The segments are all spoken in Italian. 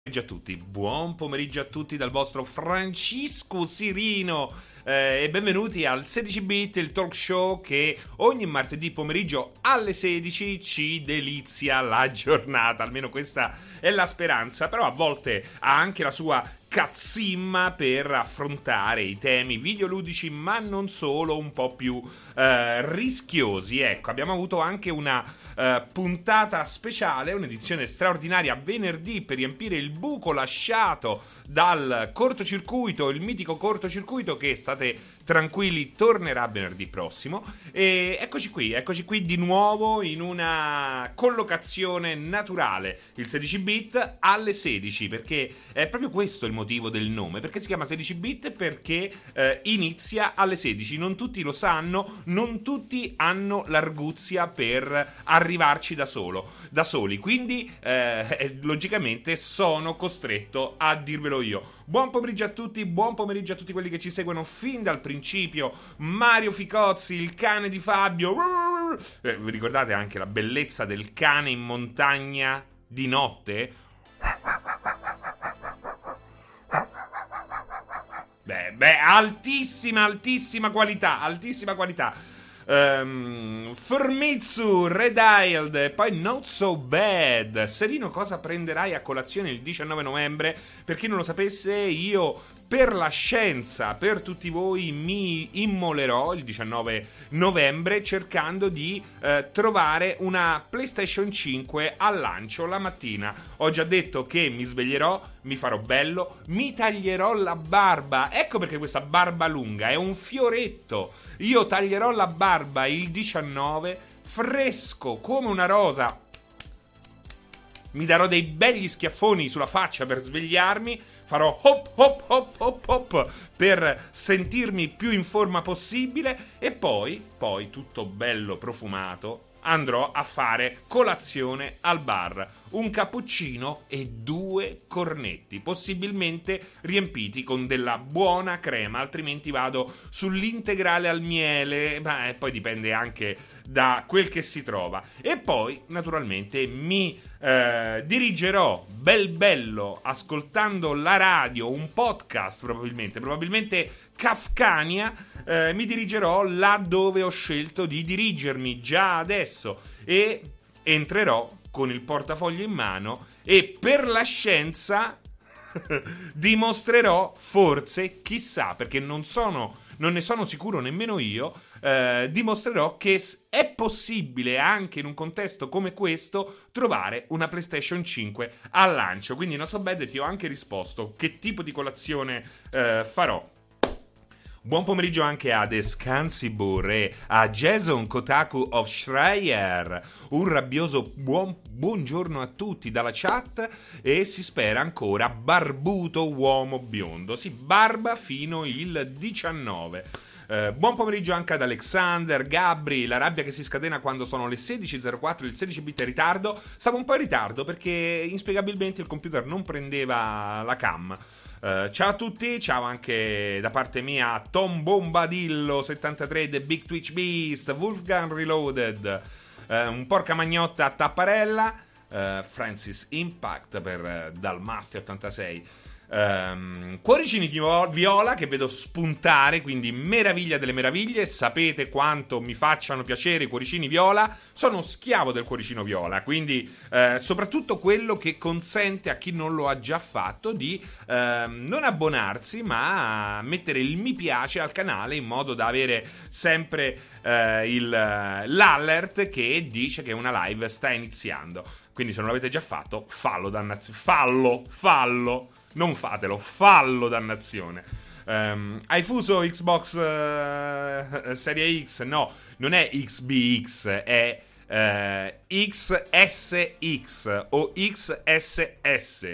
Pomeriggio a tutti, buon pomeriggio a tutti dal vostro Francisco Sirino e benvenuti al 16 bit, il talk show che ogni martedì pomeriggio alle 16 ci delizia la giornata, almeno questa è la speranza, però a volte ha anche la sua cazzimma per affrontare i temi videoludici, ma non solo, un po' più rischiosi. Ecco, abbiamo avuto anche una puntata speciale, un'edizione straordinaria venerdì per riempire il buco lasciato dal cortocircuito, il mitico cortocircuito che, state tranquilli, tornerà venerdì prossimo. E eccoci qui di nuovo in una collocazione naturale, il 16 bit alle 16, perché è proprio questo il motivo del nome, perché si chiama 16 bit, perché inizia alle 16. Non tutti lo sanno, non tutti hanno l'arguzia per arrivarci da soli, quindi logicamente sono costretto a dirvelo io. Buon pomeriggio a tutti, buon pomeriggio a tutti quelli che ci seguono fin dal principio. Mario Ficozzi, il cane di Fabio. Vi ricordate anche la bellezza del cane in montagna di notte? Beh, altissima qualità. Formitsu, Red Island e poi Not So Bad. Serino, cosa prenderai a colazione il 19 novembre? Per chi non lo sapesse, io per la scienza, per tutti voi, mi immolerò il 19 novembre cercando di trovare una PlayStation 5 al lancio la mattina. Ho già detto che mi sveglierò, mi farò bello, mi taglierò la barba. Ecco perché questa barba lunga è un fioretto. Io taglierò la barba il 19, fresco come una rosa. Mi darò dei begli schiaffoni sulla faccia per svegliarmi. Farò hop hop hop hop hop per sentirmi più in forma possibile. E poi tutto bello profumato, andrò a fare colazione al bar. Un cappuccino e 2 cornetti, possibilmente riempiti con della buona crema, altrimenti vado sull'integrale al miele, ma poi dipende anche da quel che si trova. E poi, naturalmente, mi dirigerò bello ascoltando la radio, un podcast probabilmente Kafkania. Mi dirigerò là dove ho scelto di dirigermi già adesso e entrerò con il portafoglio in mano e per la scienza dimostrerò, forse, chissà, perché non ne sono sicuro nemmeno io, dimostrerò che è possibile anche in un contesto come questo trovare una PlayStation 5 al lancio. Quindi non so, bene, ti ho anche risposto che tipo di colazione farò. Buon pomeriggio anche ad Escansibur e a Jason Kotaku of Schreier. Un rabbioso buongiorno a tutti dalla chat e si spera ancora barbuto uomo biondo. Si barba fino il 19. Buon pomeriggio anche ad Alexander, Gabri, la rabbia che si scatena quando sono le 16.04, il 16 bit è in ritardo. Stavo un po' in ritardo perché inspiegabilmente il computer non prendeva la cam. Ciao a tutti, ciao anche da parte mia a Tom Bombadillo 73, The Big Twitch Beast, Wolfgang Reloaded, un porca magnotta a Tapparella, Francis Impact per Dalmasti 86. Cuoricini di viola che vedo spuntare, quindi meraviglia delle meraviglie. Sapete quanto mi facciano piacere i cuoricini viola. Sono schiavo del cuoricino viola, quindi soprattutto quello che consente a chi non lo ha già fatto di non abbonarsi, ma mettere il mi piace al canale in modo da avere sempre l'alert che dice che una live sta iniziando. Quindi se non l'avete già fatto, fallo, dannazione. Fallo. Non fatelo, fallo, dannazione. Hai fuso Xbox Serie X? No, non è XBX, è XSX o XSS.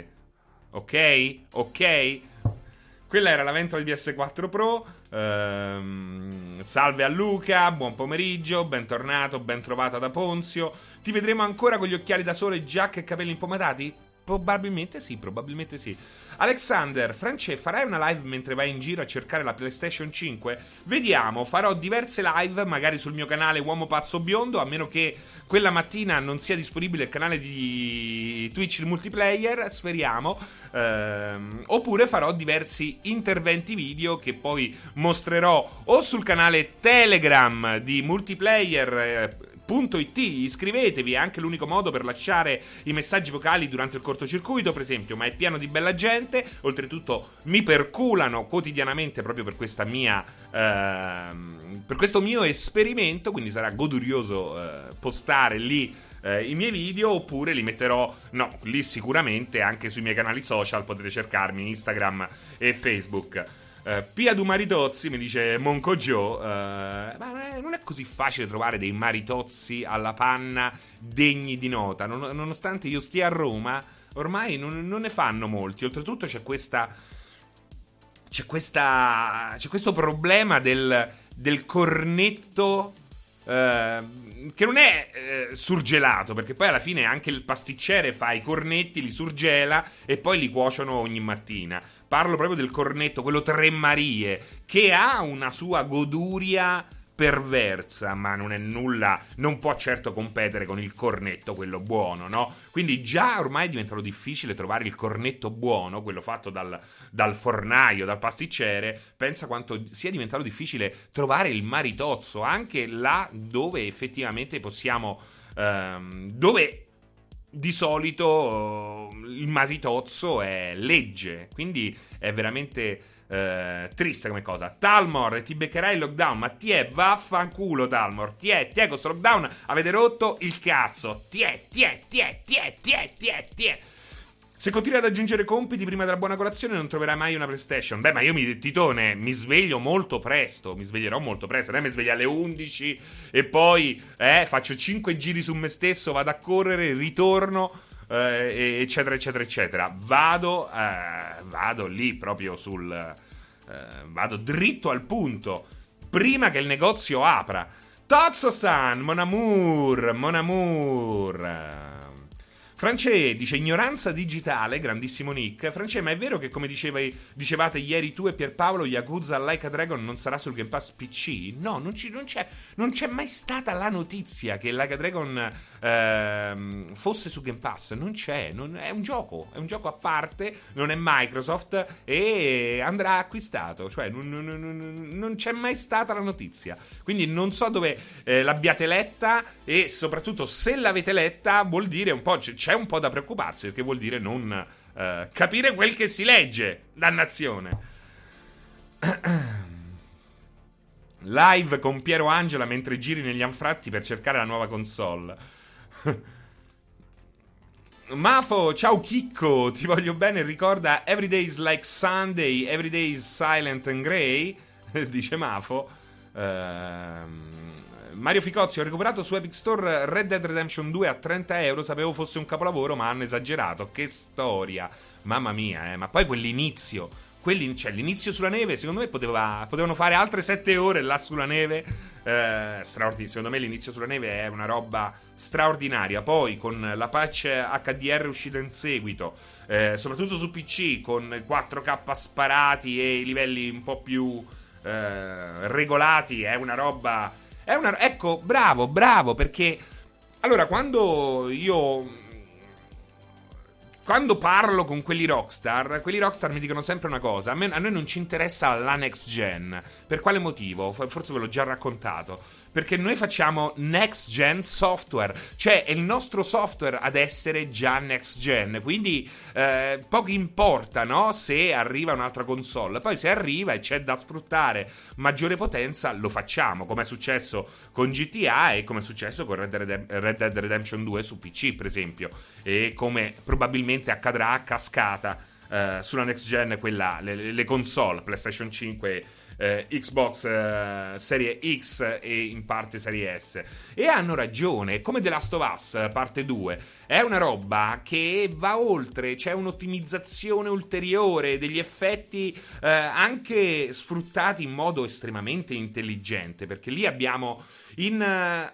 Ok? Quella era la ventola di PS4 Pro. Salve a Luca, buon pomeriggio, bentornato, ben trovata da Ponzio. Ti vedremo ancora con gli occhiali da sole, giacca e capelli impomatati? Probabilmente sì. Alexander, France, farai una live mentre vai in giro a cercare la PlayStation 5? Vediamo, farò diverse live, magari sul mio canale Uomo Pazzo Biondo, a meno che quella mattina non sia disponibile il canale di Twitch il multiplayer, speriamo. Oppure farò diversi interventi video che poi mostrerò o sul canale Telegram di multiplayer.it. Iscrivetevi, è anche l'unico modo per lasciare i messaggi vocali durante il cortocircuito, per esempio, ma è pieno di bella gente. Oltretutto mi perculano quotidianamente proprio per questa mia per questo mio esperimento, quindi sarà godurioso postare lì i miei video, oppure li metterò, no, lì sicuramente anche sui miei canali social, potete cercarmi Instagram e Facebook. Pia du Maritozzi, mi dice Monco Joe, ma non è così facile trovare dei maritozzi alla panna degni di nota, nonostante io stia a Roma, ormai non ne fanno molti. Oltretutto c'è questo problema del cornetto che non è surgelato, perché poi alla fine anche il pasticcere fa i cornetti, li surgela e poi li cuociono ogni mattina. Parlo proprio del cornetto, quello Tre Marie, che ha una sua goduria perversa, ma non è nulla, non può certo competere con il cornetto, quello buono, no? Quindi già ormai è diventato difficile trovare il cornetto buono, quello fatto dal fornaio, dal pasticcere. Pensa quanto sia diventato difficile trovare il maritozzo, anche là dove effettivamente possiamo, dove di solito il maritozzo è legge, quindi è veramente triste come cosa. Talmor, ti beccherai il lockdown, ma ti è, vaffanculo Talmor, ti è con sto lockdown avete rotto il cazzo, ti è. Se continui ad aggiungere compiti prima della buona colazione non troverai mai una PlayStation. Beh, ma io Titone, mi sveglio molto presto, mi sveglierò molto presto, non è mi sveglio alle 11 e poi faccio 5 giri su me stesso, vado a correre, ritorno, eccetera eccetera eccetera. Vado lì proprio vado dritto al punto prima che il negozio apra. Tozzo-san, mon amour. France dice ignoranza digitale, grandissimo Nick. France, ma è vero che come dicevate ieri tu e Pierpaolo, Yakuza Like a Dragon non sarà sul Game Pass PC? No, non c'è mai stata la notizia che Like a Dragon fosse su Game Pass. Non c'è, è un gioco a parte, non è Microsoft e andrà acquistato. Cioè non c'è mai stata la notizia. Quindi non so dove l'abbiate letta, e soprattutto se l'avete letta vuol dire un po', c'è un po' da preoccuparsi, perché vuol dire non capire quel che si legge. Dannazione. Live con Piero Angela mentre giri negli anfratti per cercare la nuova console. Mafo, ciao Chicco, ti voglio bene, ricorda Every Day is Like Sunday, Every Day is Silent and Grey, dice Mafo. Mario Ficozzi, ho recuperato su Epic Store Red Dead Redemption 2 a 30 euro, sapevo fosse un capolavoro ma hanno esagerato, che storia, mamma mia, ma poi quell'inizio, cioè l'inizio sulla neve, secondo me potevano fare altre 7 ore là sulla neve, straordinario. Secondo me l'inizio sulla neve è una roba straordinaria. Poi con la patch HDR uscita in seguito, soprattutto su PC, con 4K sparati e i livelli un po' più regolati, è una roba. Ecco, bravo, perché allora quando parlo con quelli Rockstar mi dicono sempre una cosa: a noi non ci interessa la next gen. Per quale motivo? Forse ve l'ho già raccontato. Perché noi facciamo next gen software, cioè è il nostro software ad essere già next gen, quindi poco importa, no? Se arriva un'altra console. Poi se arriva e c'è da sfruttare maggiore potenza, lo facciamo, come è successo con GTA e come è successo con Red Dead Redemption 2 su PC, per esempio, e come probabilmente accadrà a cascata sulla next gen, quella, le console PlayStation 5, Xbox Serie X e in parte Serie S. E hanno ragione, come The Last of Us parte 2 è una roba che va oltre, c'è un'ottimizzazione ulteriore degli effetti, anche sfruttati in modo estremamente intelligente, perché lì abbiamo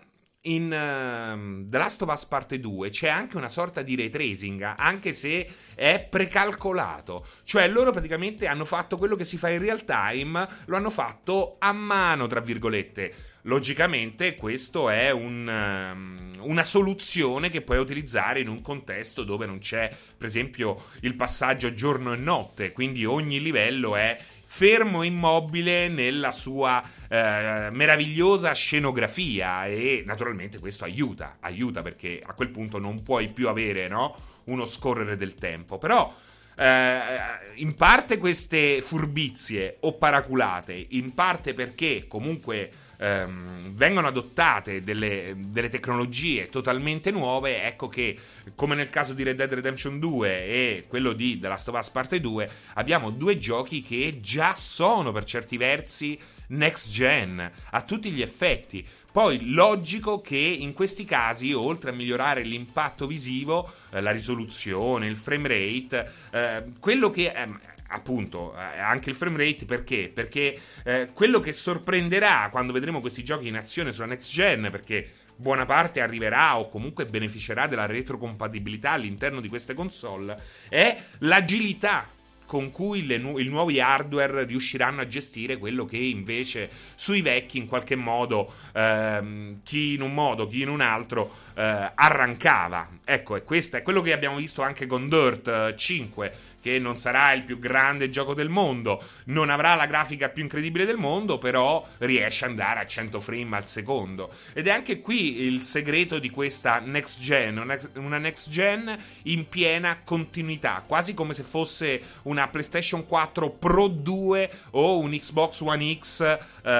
in The Last of Us Parte 2 c'è anche una sorta di ray tracing, anche se è precalcolato. Cioè loro praticamente hanno fatto quello che si fa in real time, lo hanno fatto a mano, tra virgolette. Logicamente questo è una soluzione che puoi utilizzare in un contesto dove non c'è, per esempio, il passaggio giorno e notte, quindi ogni livello è fermo e immobile nella sua meravigliosa scenografia, e naturalmente questo aiuta perché a quel punto non puoi più avere, no, uno scorrere del tempo. Però in parte queste furbizie o paraculate, in parte perché comunque vengono adottate delle tecnologie totalmente nuove. Ecco che, come nel caso di Red Dead Redemption 2 e quello di The Last of Us Parte 2, abbiamo due giochi che già sono per certi versi next gen a tutti gli effetti. Poi logico che in questi casi, oltre a migliorare l'impatto visivo, la risoluzione, il frame rate, quello che appunto anche il frame rate, perché quello che sorprenderà quando vedremo questi giochi in azione sulla next gen, perché buona parte arriverà o comunque beneficerà della retrocompatibilità all'interno di queste console, è l'agilità con cui i nuovi hardware riusciranno a gestire quello che invece sui vecchi in qualche modo chi in un modo, chi in un altro arrancava. Ecco, e questo è quello che abbiamo visto anche con Dirt 5, che non sarà il più grande gioco del mondo, non avrà la grafica più incredibile del mondo, però riesce ad andare a 100 frame al secondo. Ed è anche qui il segreto di questa next gen, una next gen in piena continuità, quasi come se fosse una PlayStation 4 Pro 2 o un Xbox One X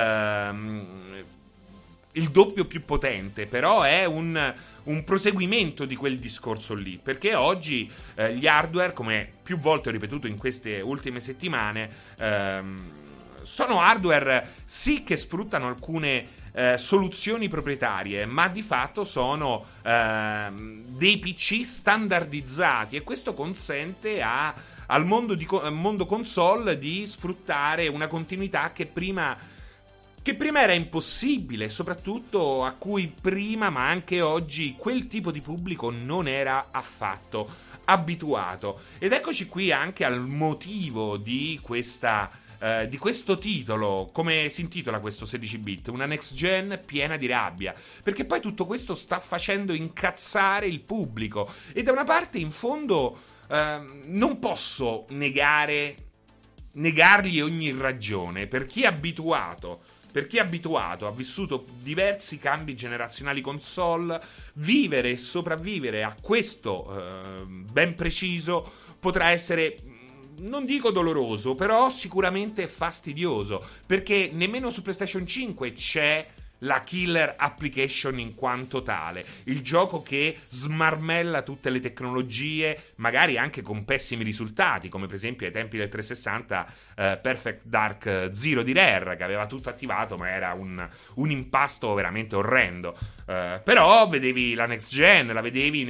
il doppio più potente. Però è un proseguimento di quel discorso lì, perché oggi gli hardware, come più volte ho ripetuto in queste ultime settimane, sono hardware sì che sfruttano alcune soluzioni proprietarie, ma di fatto sono dei PC standardizzati, e questo consente al mondo console di sfruttare una continuità che prima era impossibile, soprattutto a cui prima, ma anche oggi, quel tipo di pubblico non era affatto abituato. Ed eccoci qui anche al motivo di questo titolo. Come si intitola questo 16 bit? Una next gen piena di rabbia, perché poi tutto questo sta facendo incazzare il pubblico, e da una parte in fondo non posso negargli ogni ragione. Per chi è abituato, ha vissuto diversi cambi generazionali console, vivere e sopravvivere a questo ben preciso potrà essere, non dico doloroso, però sicuramente fastidioso, perché nemmeno su PlayStation 5 c'è la killer application in quanto tale, il gioco che smarmella tutte le tecnologie, magari anche con pessimi risultati, come per esempio ai tempi del 360 Perfect Dark Zero di Rare, che aveva tutto attivato ma era un impasto veramente orrendo. Però vedevi la next gen, la vedevi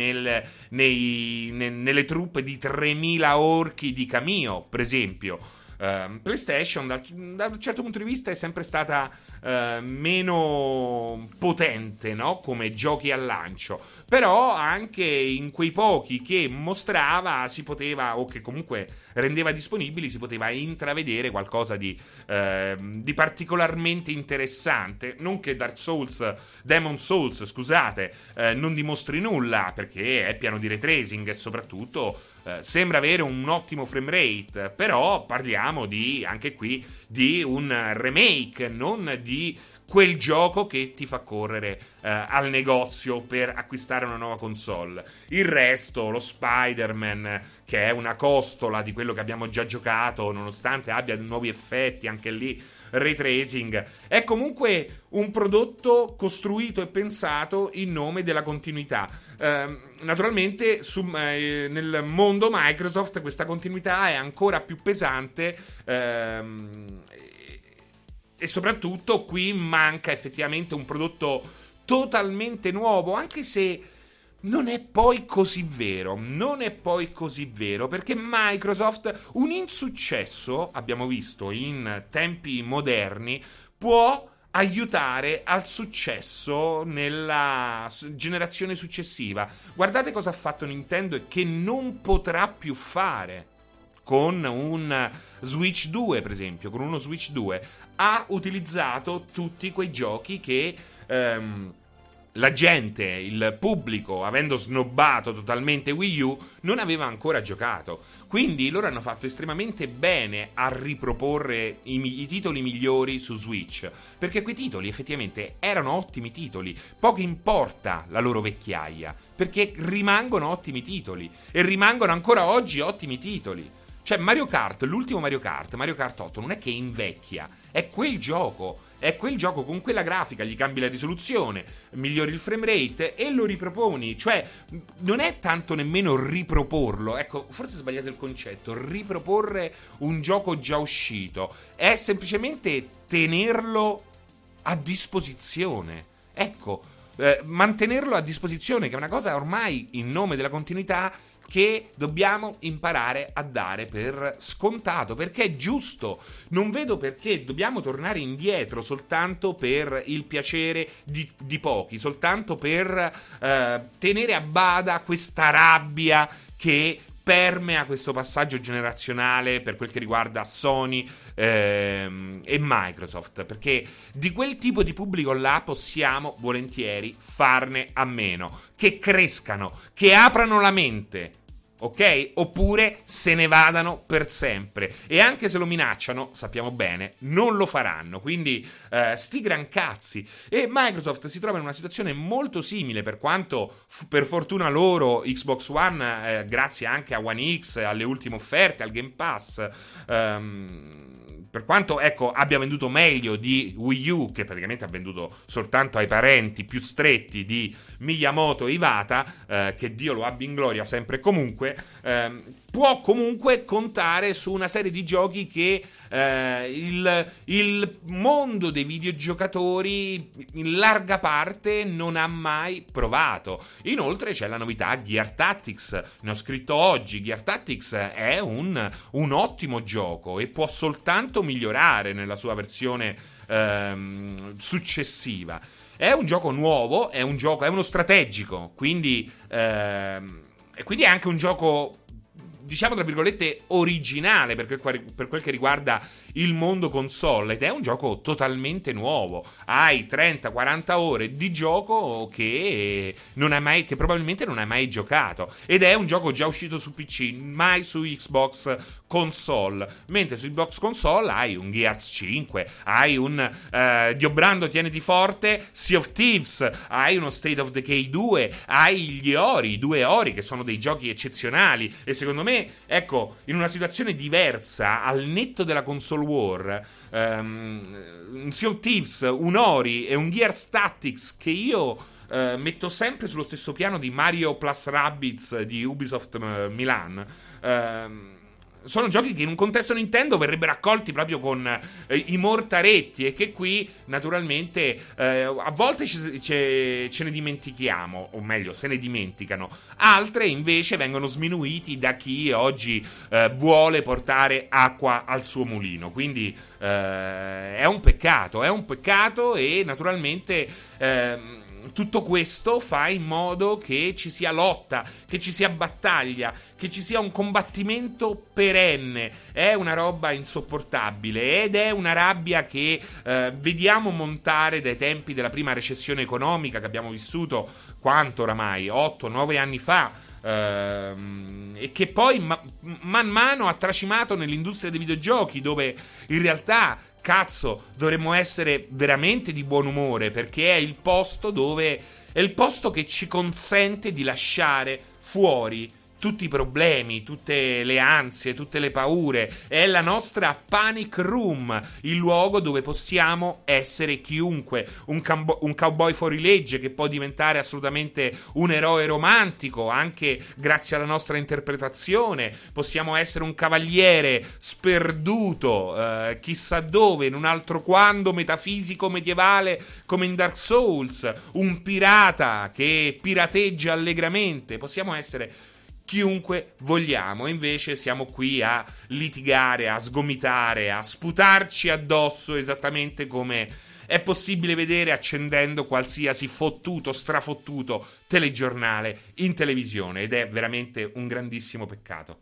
nelle truppe di 3000 orchi di Cameo, per esempio. PlayStation da un certo punto di vista è sempre stata meno potente, no? Come giochi al lancio, però anche in quei pochi che mostrava si poteva, o che comunque rendeva disponibili, si poteva intravedere qualcosa di particolarmente interessante. Non che Demon Souls, scusate, non dimostri nulla, perché è pieno di ray tracing e soprattutto sembra avere un ottimo frame rate, però parliamo anche qui di un remake, non di quel gioco che ti fa correre al negozio per acquistare una nuova console. Il resto, lo Spider-Man, che è una costola di quello che abbiamo già giocato, nonostante abbia nuovi effetti, anche lì ray tracing, è comunque un prodotto costruito e pensato in nome della continuità. Naturalmente nel mondo Microsoft questa continuità è ancora più pesante, e soprattutto qui manca effettivamente un prodotto totalmente nuovo, anche se non è poi così vero, perché Microsoft, un insuccesso, abbiamo visto in tempi moderni, può aiutare al successo nella generazione successiva. Guardate cosa ha fatto Nintendo e che non potrà più fare con un Switch 2, per esempio. Con uno Switch 2 ha utilizzato tutti quei giochi che la gente, il pubblico, avendo snobbato totalmente Wii U, non aveva ancora giocato. Quindi loro hanno fatto estremamente bene a riproporre i titoli migliori su Switch, perché quei titoli effettivamente erano ottimi titoli. Poco importa la loro vecchiaia, perché rimangono ottimi titoli e rimangono ancora oggi ottimi titoli. Cioè Mario Kart, l'ultimo Mario Kart 8, non è che invecchia, è quel gioco con quella grafica, gli cambi la risoluzione, migliori il frame rate e lo riproponi. Cioè non è tanto nemmeno riproporlo, ecco, forse sbagliate il concetto, riproporre un gioco già uscito, è semplicemente tenerlo a disposizione, ecco, mantenerlo a disposizione, che è una cosa ormai in nome della continuità che dobbiamo imparare a dare per scontato, perché è giusto. Non vedo perché dobbiamo tornare indietro soltanto per il piacere di pochi, soltanto per tenere a bada questa rabbia che permea questo passaggio generazionale per quel che riguarda Sony e Microsoft, perché di quel tipo di pubblico là possiamo volentieri farne a meno, che crescano, che aprano la mente, ok? Oppure se ne vadano per sempre. E anche se lo minacciano, sappiamo bene, non lo faranno. Quindi sti gran cazzi. E Microsoft si trova in una situazione molto simile, per quanto per fortuna loro Xbox One, grazie anche a One X, alle ultime offerte, al Game Pass, per quanto, ecco, abbia venduto meglio di Wii U, che praticamente ha venduto soltanto ai parenti più stretti di Miyamoto e Iwata, che Dio lo abbia in gloria sempre e comunque, può comunque contare su una serie di giochi che il mondo dei videogiocatori in larga parte non ha mai provato. Inoltre c'è la novità Gear Tactics, ne ho scritto oggi. Gear Tactics è un ottimo gioco e può soltanto migliorare nella sua versione successiva. È un gioco nuovo, è uno strategico, quindi è anche un gioco, diciamo tra virgolette, originale per quel che riguarda il mondo console, ed è un gioco totalmente nuovo. Hai 30-40 ore di gioco che probabilmente non hai mai giocato, ed è un gioco già uscito su PC, mai su Xbox console, mentre su Xbox console hai un Gears 5, hai un Dio Brando tieniti forte, Sea of Thieves, hai uno State of Decay 2, hai i 2 Ori, che sono dei giochi eccezionali. E secondo me, ecco, in una situazione diversa, al netto della console war, un Sea of Thieves, un Ori e un Gears Tactics che io metto sempre sullo stesso piano di Mario plus Rabbids di Ubisoft Milan, sono giochi che in un contesto Nintendo verrebbero accolti proprio con i mortaretti, e che qui naturalmente a volte ce ne dimentichiamo, o meglio se ne dimenticano, altre invece vengono sminuiti da chi oggi vuole portare acqua al suo mulino. Quindi è un peccato, e naturalmente tutto questo fa in modo che ci sia lotta, che ci sia battaglia, che ci sia un combattimento perenne. È una roba insopportabile, ed è una rabbia che vediamo montare dai tempi della prima recessione economica che abbiamo vissuto, quanto oramai, 8-9 anni fa, e che poi man mano ha tracimato nell'industria dei videogiochi, dove in realtà, cazzo, dovremmo essere veramente di buon umore, perché è il posto che ci consente di lasciare fuori tutti i problemi, tutte le ansie, tutte le paure. È la nostra panic room, il luogo dove possiamo essere chiunque, un cowboy fuorilegge che può diventare assolutamente un eroe romantico anche grazie alla nostra interpretazione. Possiamo essere un cavaliere sperduto chissà dove, in un altro quando metafisico medievale come in Dark Souls, un pirata che pirateggia allegramente. Possiamo essere chiunque vogliamo, e invece siamo qui a litigare, a sgomitare, a sputarci addosso, esattamente come è possibile vedere accendendo qualsiasi fottuto, strafottuto telegiornale in televisione, ed è veramente un grandissimo peccato.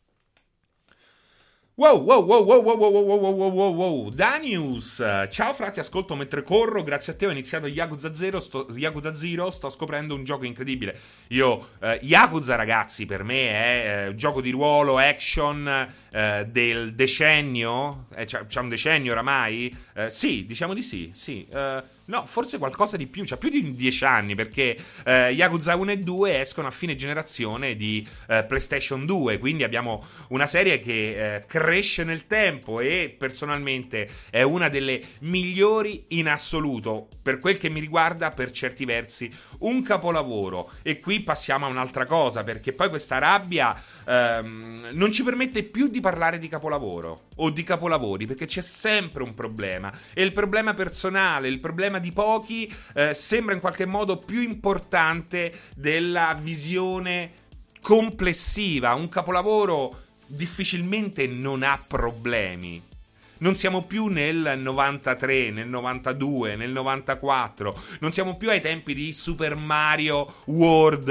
Wow, wow, wow, wow, wow, wow, wow, wow, wow, wow, wow. Danius, ciao fra, ti ascolto mentre corro, grazie a te ho iniziato Yakuza Zero, sto scoprendo un gioco incredibile. Yakuza, ragazzi, per me è gioco di ruolo, action del decennio, c'è un decennio oramai? Sì, diciamo di sì, sì. No, forse qualcosa di più, c'ha più di 10 anni, perché Yakuza 1 e 2 escono a fine generazione di PlayStation 2, quindi abbiamo una serie che cresce nel tempo e personalmente è una delle migliori in assoluto, per quel che mi riguarda, per certi versi un capolavoro. E qui passiamo a un'altra cosa, perché poi questa rabbia non ci permette più di parlare di capolavoro o di capolavori, perché c'è sempre un problema, e il problema personale, il problema di pochi sembra in qualche modo più importante della visione complessiva. Un capolavoro difficilmente non ha problemi. Non siamo più nel 93, nel 92, nel 94, non siamo più ai tempi di Super Mario World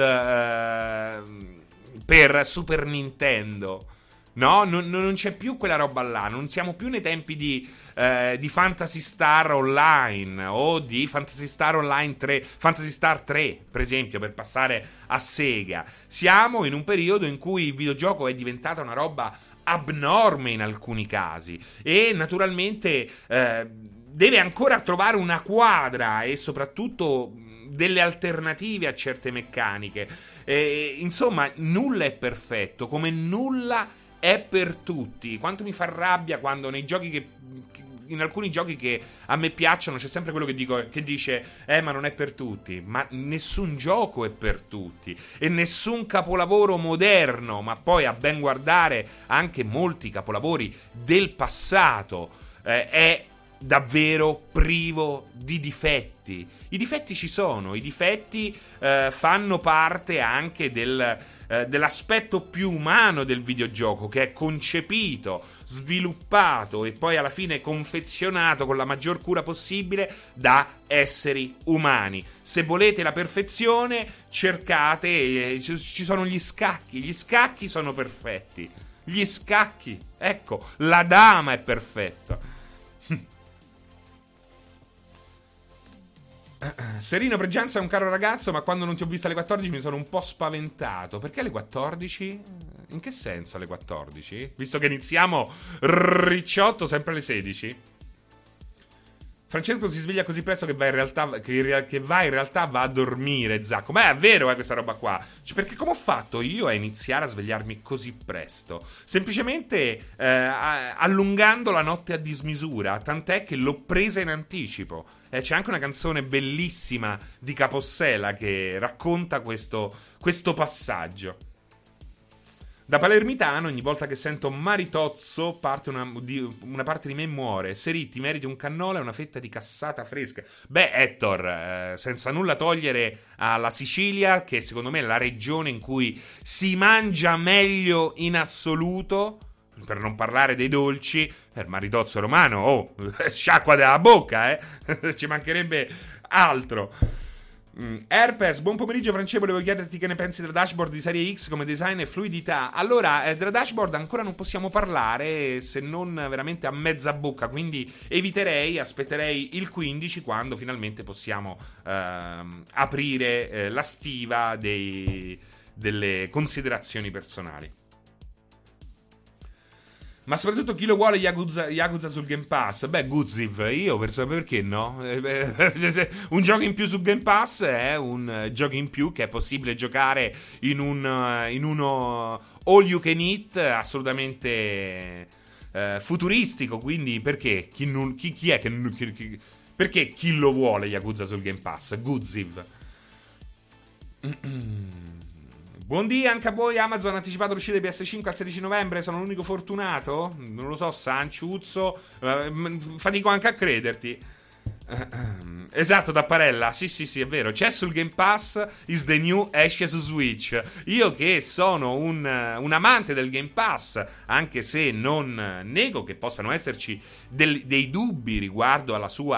per Super Nintendo. No, non c'è più quella roba là. Non siamo più nei tempi di Phantasy Star Online o di Phantasy Star Online 3, Phantasy Star 3, per esempio, per passare a Sega. Siamo in un periodo in cui il videogioco è diventata una roba abnorme in alcuni casi, e naturalmente deve ancora trovare una quadra e soprattutto delle alternative a certe meccaniche. Insomma, nulla è perfetto, come nulla è per tutti. Quanto mi fa rabbia quando nei giochi in alcuni giochi che a me piacciono c'è sempre quello che dice ma non è per tutti. Ma nessun gioco è per tutti, e nessun capolavoro moderno, ma poi a ben guardare anche molti capolavori del passato, è davvero privo di difetti. I difetti ci sono, i difetti fanno parte anche dell'aspetto più umano del videogioco, che è concepito, sviluppato e poi alla fine confezionato con la maggior cura possibile da esseri umani. Se volete la perfezione, cercate, ci sono gli scacchi sono perfetti, gli scacchi, ecco, la dama è perfetta. Serino Pregianza è un caro ragazzo, ma quando non ti ho visto alle 14 mi sono un po' spaventato. Perché alle 14? In che senso alle 14? Visto che iniziamo ricciotto sempre alle 16? Francesco si sveglia così presto che va in realtà va a dormire, Zacco. Ma è vero, questa roba qua. Cioè, perché come ho fatto io a iniziare a svegliarmi così presto? Semplicemente allungando la notte a dismisura, tant'è che l'ho presa in anticipo. C'è anche una canzone bellissima di Capossela che racconta questo passaggio. Da palermitano, ogni volta che sento Maritozzo, una parte di me muore. Seri, ti meriti un cannolo e una fetta di cassata fresca. Beh, Ettore, senza nulla togliere alla Sicilia, che secondo me è la regione in cui si mangia meglio in assoluto, per non parlare dei dolci, per Maritozzo romano, sciacqua della bocca, ci mancherebbe altro. Herpes, buon pomeriggio Francesco, volevo chiederti che ne pensi della dashboard di serie X come design e fluidità. Allora, della dashboard ancora non possiamo parlare, se non veramente a mezza bocca, quindi aspetterei il 15, quando finalmente possiamo aprire la stiva delle considerazioni personali. Ma soprattutto chi lo vuole Yakuza sul Game Pass? Beh, Guziv, io perché no? Un gioco in più sul Game Pass è un gioco in più che è possibile giocare in uno all you can eat assolutamente futuristico, quindi perché? Chi è che perché chi lo vuole Yakuza sul Game Pass? Guziv. Buondì anche a voi. Amazon ha anticipato l'uscita di PS5 al 16 novembre. Sono l'unico fortunato? Non lo so, Sanciuzzo. Fatico anche a crederti. Esatto, Tapparella. Sì, è vero. C'è sul Game Pass is the new, esce su Switch. Io che sono un amante del Game Pass, anche se non nego che possano esserci dei dubbi riguardo alla sua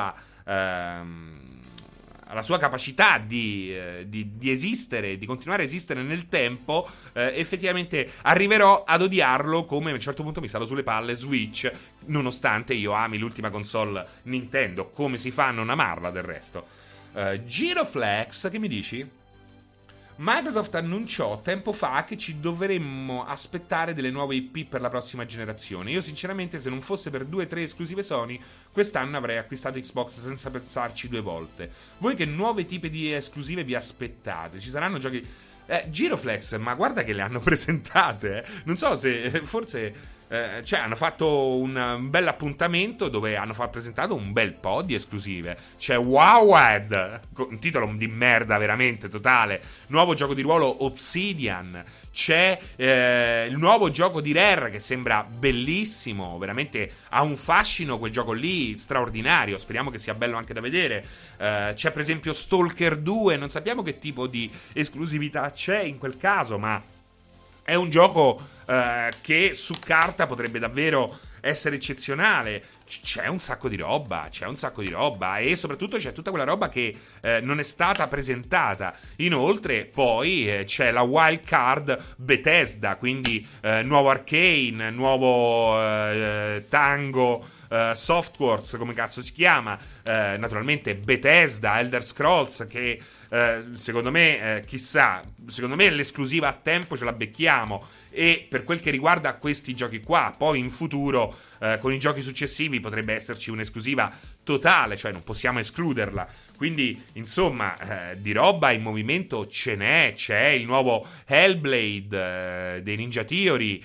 alla sua capacità di esistere, di continuare a esistere nel tempo, effettivamente arriverò ad odiarlo come a un certo punto mi stavo sulle palle Switch, nonostante io ami l'ultima console Nintendo. Come si fa a non amarla del resto? Giroflex, che mi dici? Microsoft annunciò tempo fa che ci dovremmo aspettare delle nuove IP per la prossima generazione. Io sinceramente, se non fosse per 2 o 3 esclusive Sony, quest'anno avrei acquistato Xbox senza pensarci 2 volte. Voi che nuove tipi di esclusive vi aspettate? Ci saranno giochi... Giroflex, ma guarda che le hanno presentate, Non so se... forse... cioè hanno fatto un bel appuntamento dove hanno presentato un bel po' di esclusive. C'è Wowhead, un titolo di merda veramente totale, nuovo gioco di ruolo Obsidian. C'è il nuovo gioco di Rare che sembra bellissimo, veramente ha un fascino quel gioco lì straordinario, speriamo che sia bello anche da vedere. C'è per esempio Stalker 2, non sappiamo che tipo di esclusività c'è in quel caso, ma è un gioco che su carta potrebbe davvero essere eccezionale. C'è un sacco di roba, e soprattutto c'è tutta quella roba che non è stata presentata. Inoltre poi c'è la wild card Bethesda, quindi nuovo Arcane, nuovo Tango Softworks, come cazzo si chiama, naturalmente Bethesda, Elder Scrolls, che secondo me chissà, secondo me l'esclusiva a tempo ce la becchiamo. E per quel che riguarda questi giochi qua, poi in futuro con i giochi successivi potrebbe esserci un'esclusiva totale, cioè non possiamo escluderla. Quindi insomma di roba in movimento ce n'è. C'è il nuovo Hellblade dei Ninja Theory,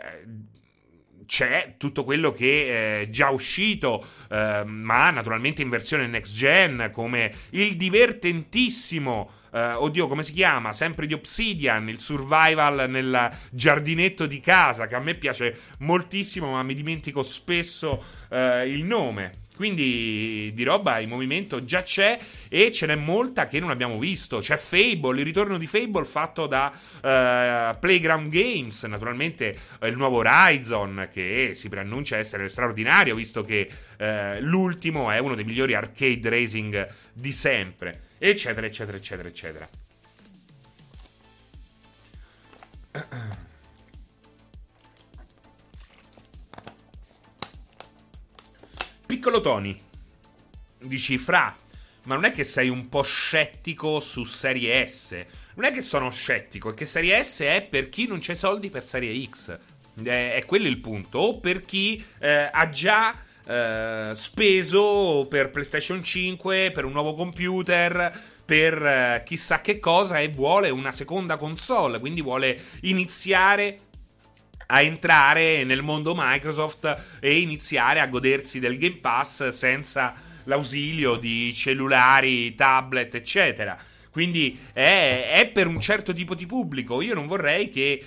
c'è tutto quello che è già uscito, ma naturalmente in versione next gen, come il divertentissimo oddio, come si chiama? Sempre di Obsidian, il survival nel giardinetto di casa, che a me piace moltissimo, ma mi dimentico spesso il nome. Quindi di roba in movimento già c'è, e ce n'è molta che non abbiamo visto. C'è Fable, il ritorno di Fable fatto da Playground Games, naturalmente il nuovo Horizon, che si preannuncia essere straordinario, visto che l'ultimo è uno dei migliori arcade racing di sempre, eccetera eccetera eccetera eccetera. Piccolo Tony, dici Fra, ma non è che sei un po' scettico su Serie S? Non è che sono scettico, è che Serie S è per chi non c'è soldi per Serie X, è quello il punto. O per chi ha già speso per PlayStation 5, per un nuovo computer, per chissà che cosa, e vuole una seconda console, quindi vuole iniziare a entrare nel mondo Microsoft e iniziare a godersi del Game Pass senza l'ausilio di cellulari, tablet, eccetera. Quindi è per un certo tipo di pubblico. Io non vorrei che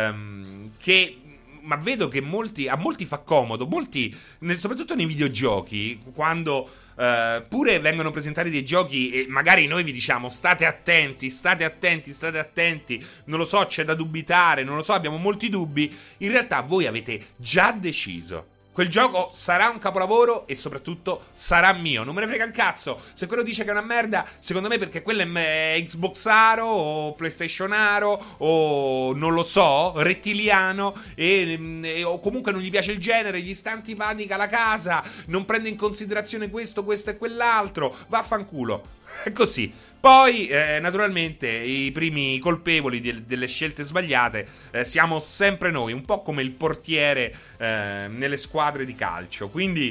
ma vedo che a molti fa comodo, soprattutto nei videogiochi, quando pure vengono presentati dei giochi e magari noi vi diciamo state attenti, non lo so, c'è da dubitare, non lo so, abbiamo molti dubbi. In realtà voi avete già deciso. Quel gioco sarà un capolavoro e soprattutto sarà mio. Non me ne frega un cazzo. Se quello dice che è una merda, secondo me perché quello è Xboxaro o PlayStationaro o non lo so, rettiliano, o comunque non gli piace il genere, gli sta antipatica la casa, non prende in considerazione questo e quell'altro. Vaffanculo. È così. Poi, naturalmente, i primi colpevoli delle scelte sbagliate siamo sempre noi, un po' come il portiere nelle squadre di calcio. Quindi,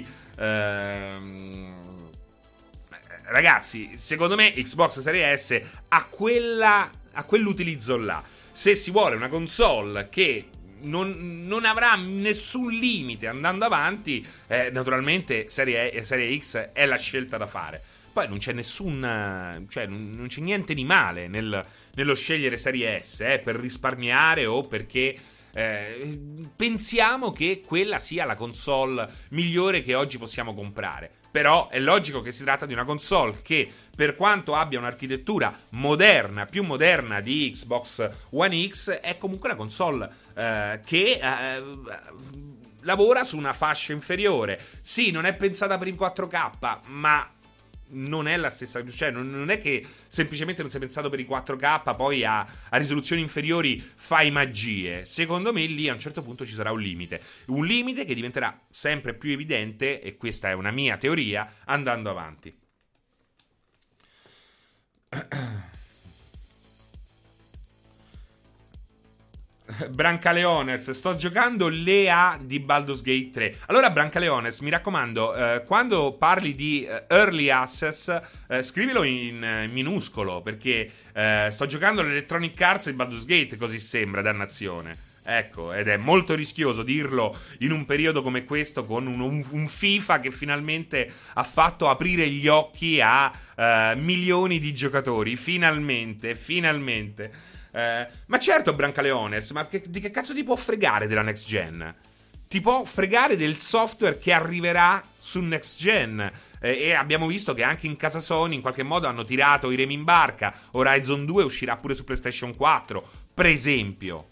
ragazzi, secondo me Xbox Series S ha quell'utilizzo là. Se si vuole una console che non avrà nessun limite andando avanti, naturalmente Serie X è la scelta da fare. Poi non c'è non c'è niente di male nello scegliere Serie S per risparmiare o perché pensiamo che quella sia la console migliore che oggi possiamo comprare. Però è logico che si tratta di una console che, per quanto abbia un'architettura moderna, più moderna di Xbox One X, è comunque una console che lavora su una fascia inferiore. Sì, non è pensata per il 4K, ma non è la stessa, cioè non è che semplicemente non si è pensato per i 4K, poi a risoluzioni inferiori fai magie. Secondo me lì a un certo punto ci sarà un limite che diventerà sempre più evidente, e questa è una mia teoria, andando avanti. Brancaleones, sto giocando l'EA di Baldur's Gate 3. Allora, Brancaleones, mi raccomando, quando parli di Early Access, scrivilo in minuscolo, perché sto giocando l'Electronic Arts di Baldur's Gate, così sembra, dannazione. Ecco, ed è molto rischioso dirlo in un periodo come questo, con un FIFA che finalmente ha fatto aprire gli occhi a milioni di giocatori. Finalmente. Ma certo, Brancaleones, ma di che cazzo ti può fregare della next gen? Ti può fregare del software che arriverà su next gen. E abbiamo visto che anche in casa Sony in qualche modo hanno tirato i remi in barca. Horizon 2 uscirà pure su PlayStation 4, per esempio.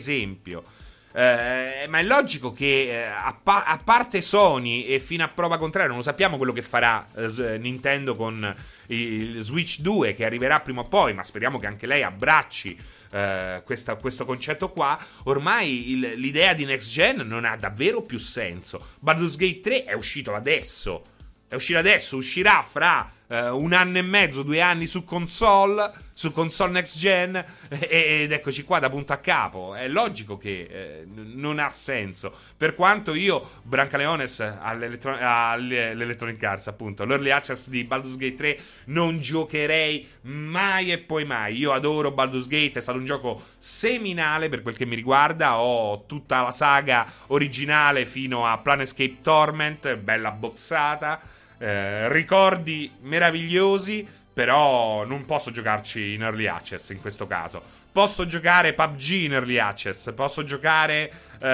Ma è logico che a parte Sony, e fino a prova contraria non lo sappiamo quello che farà Nintendo con il Switch 2, che arriverà prima o poi, ma speriamo che anche lei abbracci questo concetto qua. Ormai l'idea di next gen non ha davvero più senso. Baldur's Gate 3 è uscito adesso, uscirà fra 1 anno e mezzo, 2 anni su console next gen, ed eccoci qua da punto a capo. È logico che non ha senso. Per quanto io, Brancaleones, all'Electronic Arts, appunto, l'Early Access di Baldur's Gate 3 non giocherei mai e poi mai. Io adoro Baldur's Gate, è stato un gioco seminale per quel che mi riguarda. Ho tutta la saga originale fino a Planescape Torment, bella boxata. Ricordi meravigliosi, però non posso giocarci in Early Access in questo caso. Posso giocare PUBG in Early Access, posso giocare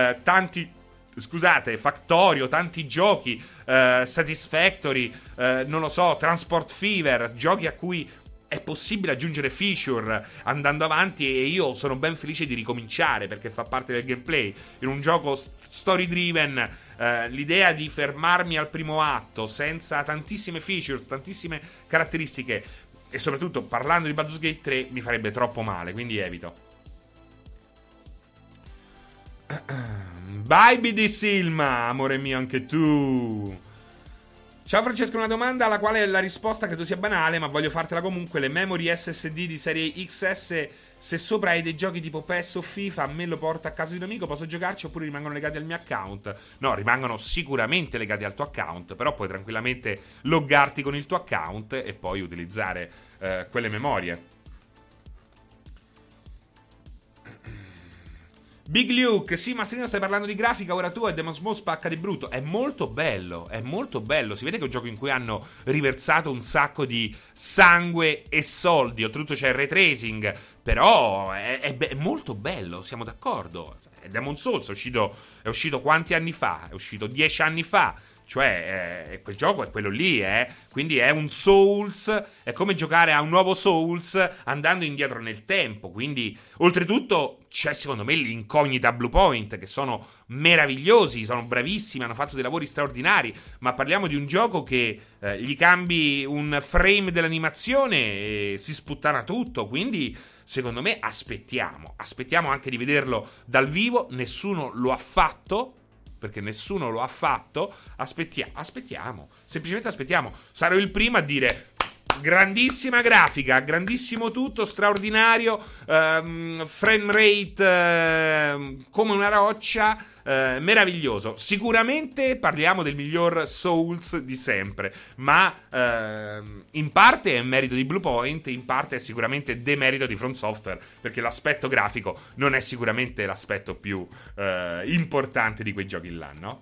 Factorio, tanti giochi, Satisfactory, non lo so, Transport Fever, giochi a cui è possibile aggiungere feature andando avanti, e io sono ben felice di ricominciare perché fa parte del gameplay. In un gioco story driven, l'idea di fermarmi al primo atto senza tantissime features, tantissime caratteristiche, e soprattutto parlando di Baldur's Gate 3, mi farebbe troppo male, quindi evito. Bye BD Silma, amore mio, anche tu. Ciao Francesco, una domanda alla quale la risposta credo sia banale, ma voglio fartela comunque. Le memory SSD di serie XS, se sopra hai dei giochi tipo PES o FIFA, a me lo porta a casa di un amico, posso giocarci oppure rimangono legati al mio account? No, rimangono sicuramente legati al tuo account, però puoi tranquillamente loggarti con il tuo account e poi utilizzare quelle memorie. Big Luke, sì, ma se non stai parlando di grafica, ora tu e Demon's Souls spacca di brutto. È molto bello. Si vede che è un gioco in cui hanno riversato un sacco di sangue e soldi. Oltretutto c'è il ray tracing, però è molto bello, siamo d'accordo. Demon's Souls è uscito quanti anni fa? È uscito 10 anni fa. Cioè, quel gioco è quello lì, quindi è un Souls, è come giocare a un nuovo Souls andando indietro nel tempo. Quindi, oltretutto, c'è secondo me l'incognita Bluepoint, che sono meravigliosi, sono bravissimi, hanno fatto dei lavori straordinari, ma parliamo di un gioco che gli cambi un frame dell'animazione e si sputtana tutto. Quindi, secondo me, aspettiamo anche di vederlo dal vivo. Nessuno lo ha fatto, perché nessuno lo ha fatto. Aspettiamo, semplicemente aspettiamo. Sarò il primo a dire: grandissima grafica, grandissimo tutto, straordinario, frame rate come una roccia, meraviglioso. Sicuramente parliamo del miglior Souls di sempre, ma in parte è merito di Bluepoint, in parte è sicuramente demerito di From Software, perché l'aspetto grafico non è sicuramente l'aspetto più importante di quei giochi là, no?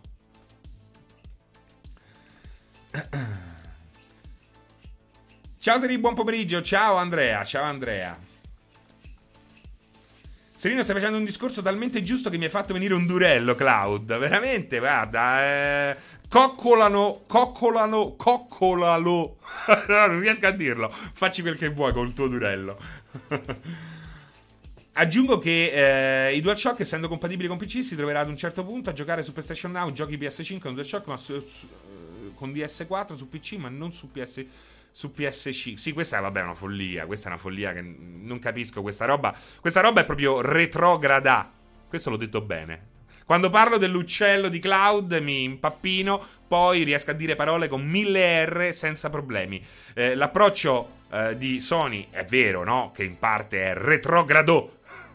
Ciao Seri, buon pomeriggio. Ciao Andrea. Serino, stai facendo un discorso talmente giusto che mi hai fatto venire un durello, Cloud. Veramente, guarda. Coccolalo. No, non riesco a dirlo. Facci quel che vuoi con il tuo durello. Aggiungo che i DualShock, essendo compatibili con PC, si troverà ad un certo punto a giocare su PlayStation Now giochi PS5 con DualShock, ma con DS4 su PC, ma non su PS. su PS5. Sì, questa vabbè, è una follia. Questa è una follia che non capisco questa roba. Questa roba è proprio retrograda. Questo l'ho detto bene. Quando parlo dell'uccello di Cloud mi impappino, poi riesco a dire parole con 1000 R senza problemi. L'approccio di Sony è vero, no? Che in parte è retrogrado.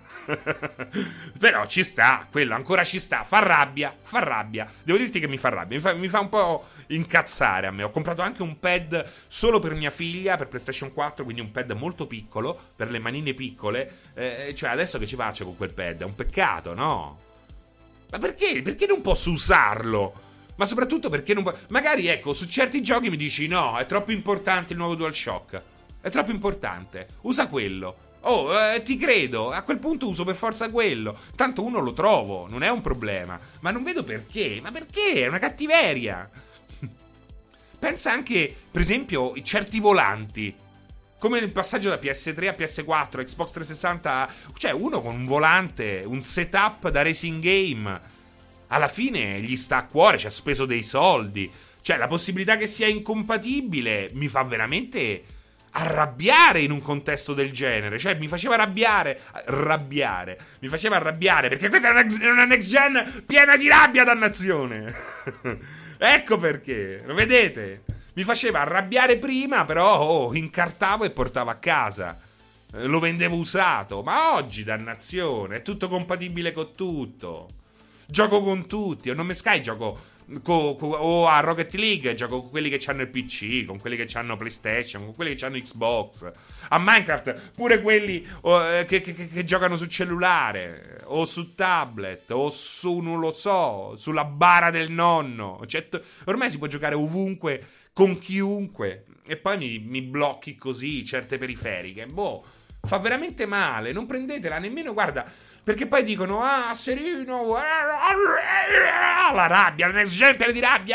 Però ci sta, quello ancora ci sta. Fa rabbia. Devo dirti che mi fa rabbia. Mi fa un po' incazzare a me. Ho comprato anche un pad solo per mia figlia, per PlayStation 4, quindi un pad molto piccolo, per le manine piccole. Cioè, adesso che ci faccio con quel pad? È un peccato, no? Ma perché? Perché non posso usarlo? Ma soprattutto perché non... Magari, ecco, su certi giochi mi dici no, è troppo importante il nuovo DualShock. È troppo importante. Usa quello. Oh, ti credo. A quel punto uso per forza quello. Tanto uno lo trovo, non è un problema. Ma non vedo perché. Ma perché? È una cattiveria. Pensa anche, per esempio, certi volanti. Come nel passaggio da PS3 a PS4, Xbox 360, cioè uno con un volante, un setup da racing game, alla fine gli sta a cuore, ci ha speso dei soldi. Cioè la possibilità che sia incompatibile mi fa veramente arrabbiare in un contesto del genere. Cioè mi faceva mi faceva arrabbiare, perché questa è una next gen piena di rabbia, dannazione. Ecco perché, lo vedete? Mi faceva arrabbiare prima, però incartavo e portavo a casa. Lo vendevo usato. Ma oggi, dannazione, è tutto compatibile con tutto. Gioco con tutti. O non mi Sky gioco o a Rocket League gioco con quelli che hanno il PC, con quelli che hanno PlayStation, con quelli che hanno Xbox. A Minecraft pure quelli che giocano su cellulare o su tablet o su, non lo so, sulla bara del nonno. Cioè, ormai si può giocare ovunque, con chiunque. E poi mi blocchi così certe periferiche. Boh, fa veramente male. Non prendetela nemmeno, guarda, perché poi dicono ah, Serino, la rabbia, la next gen piena di rabbia.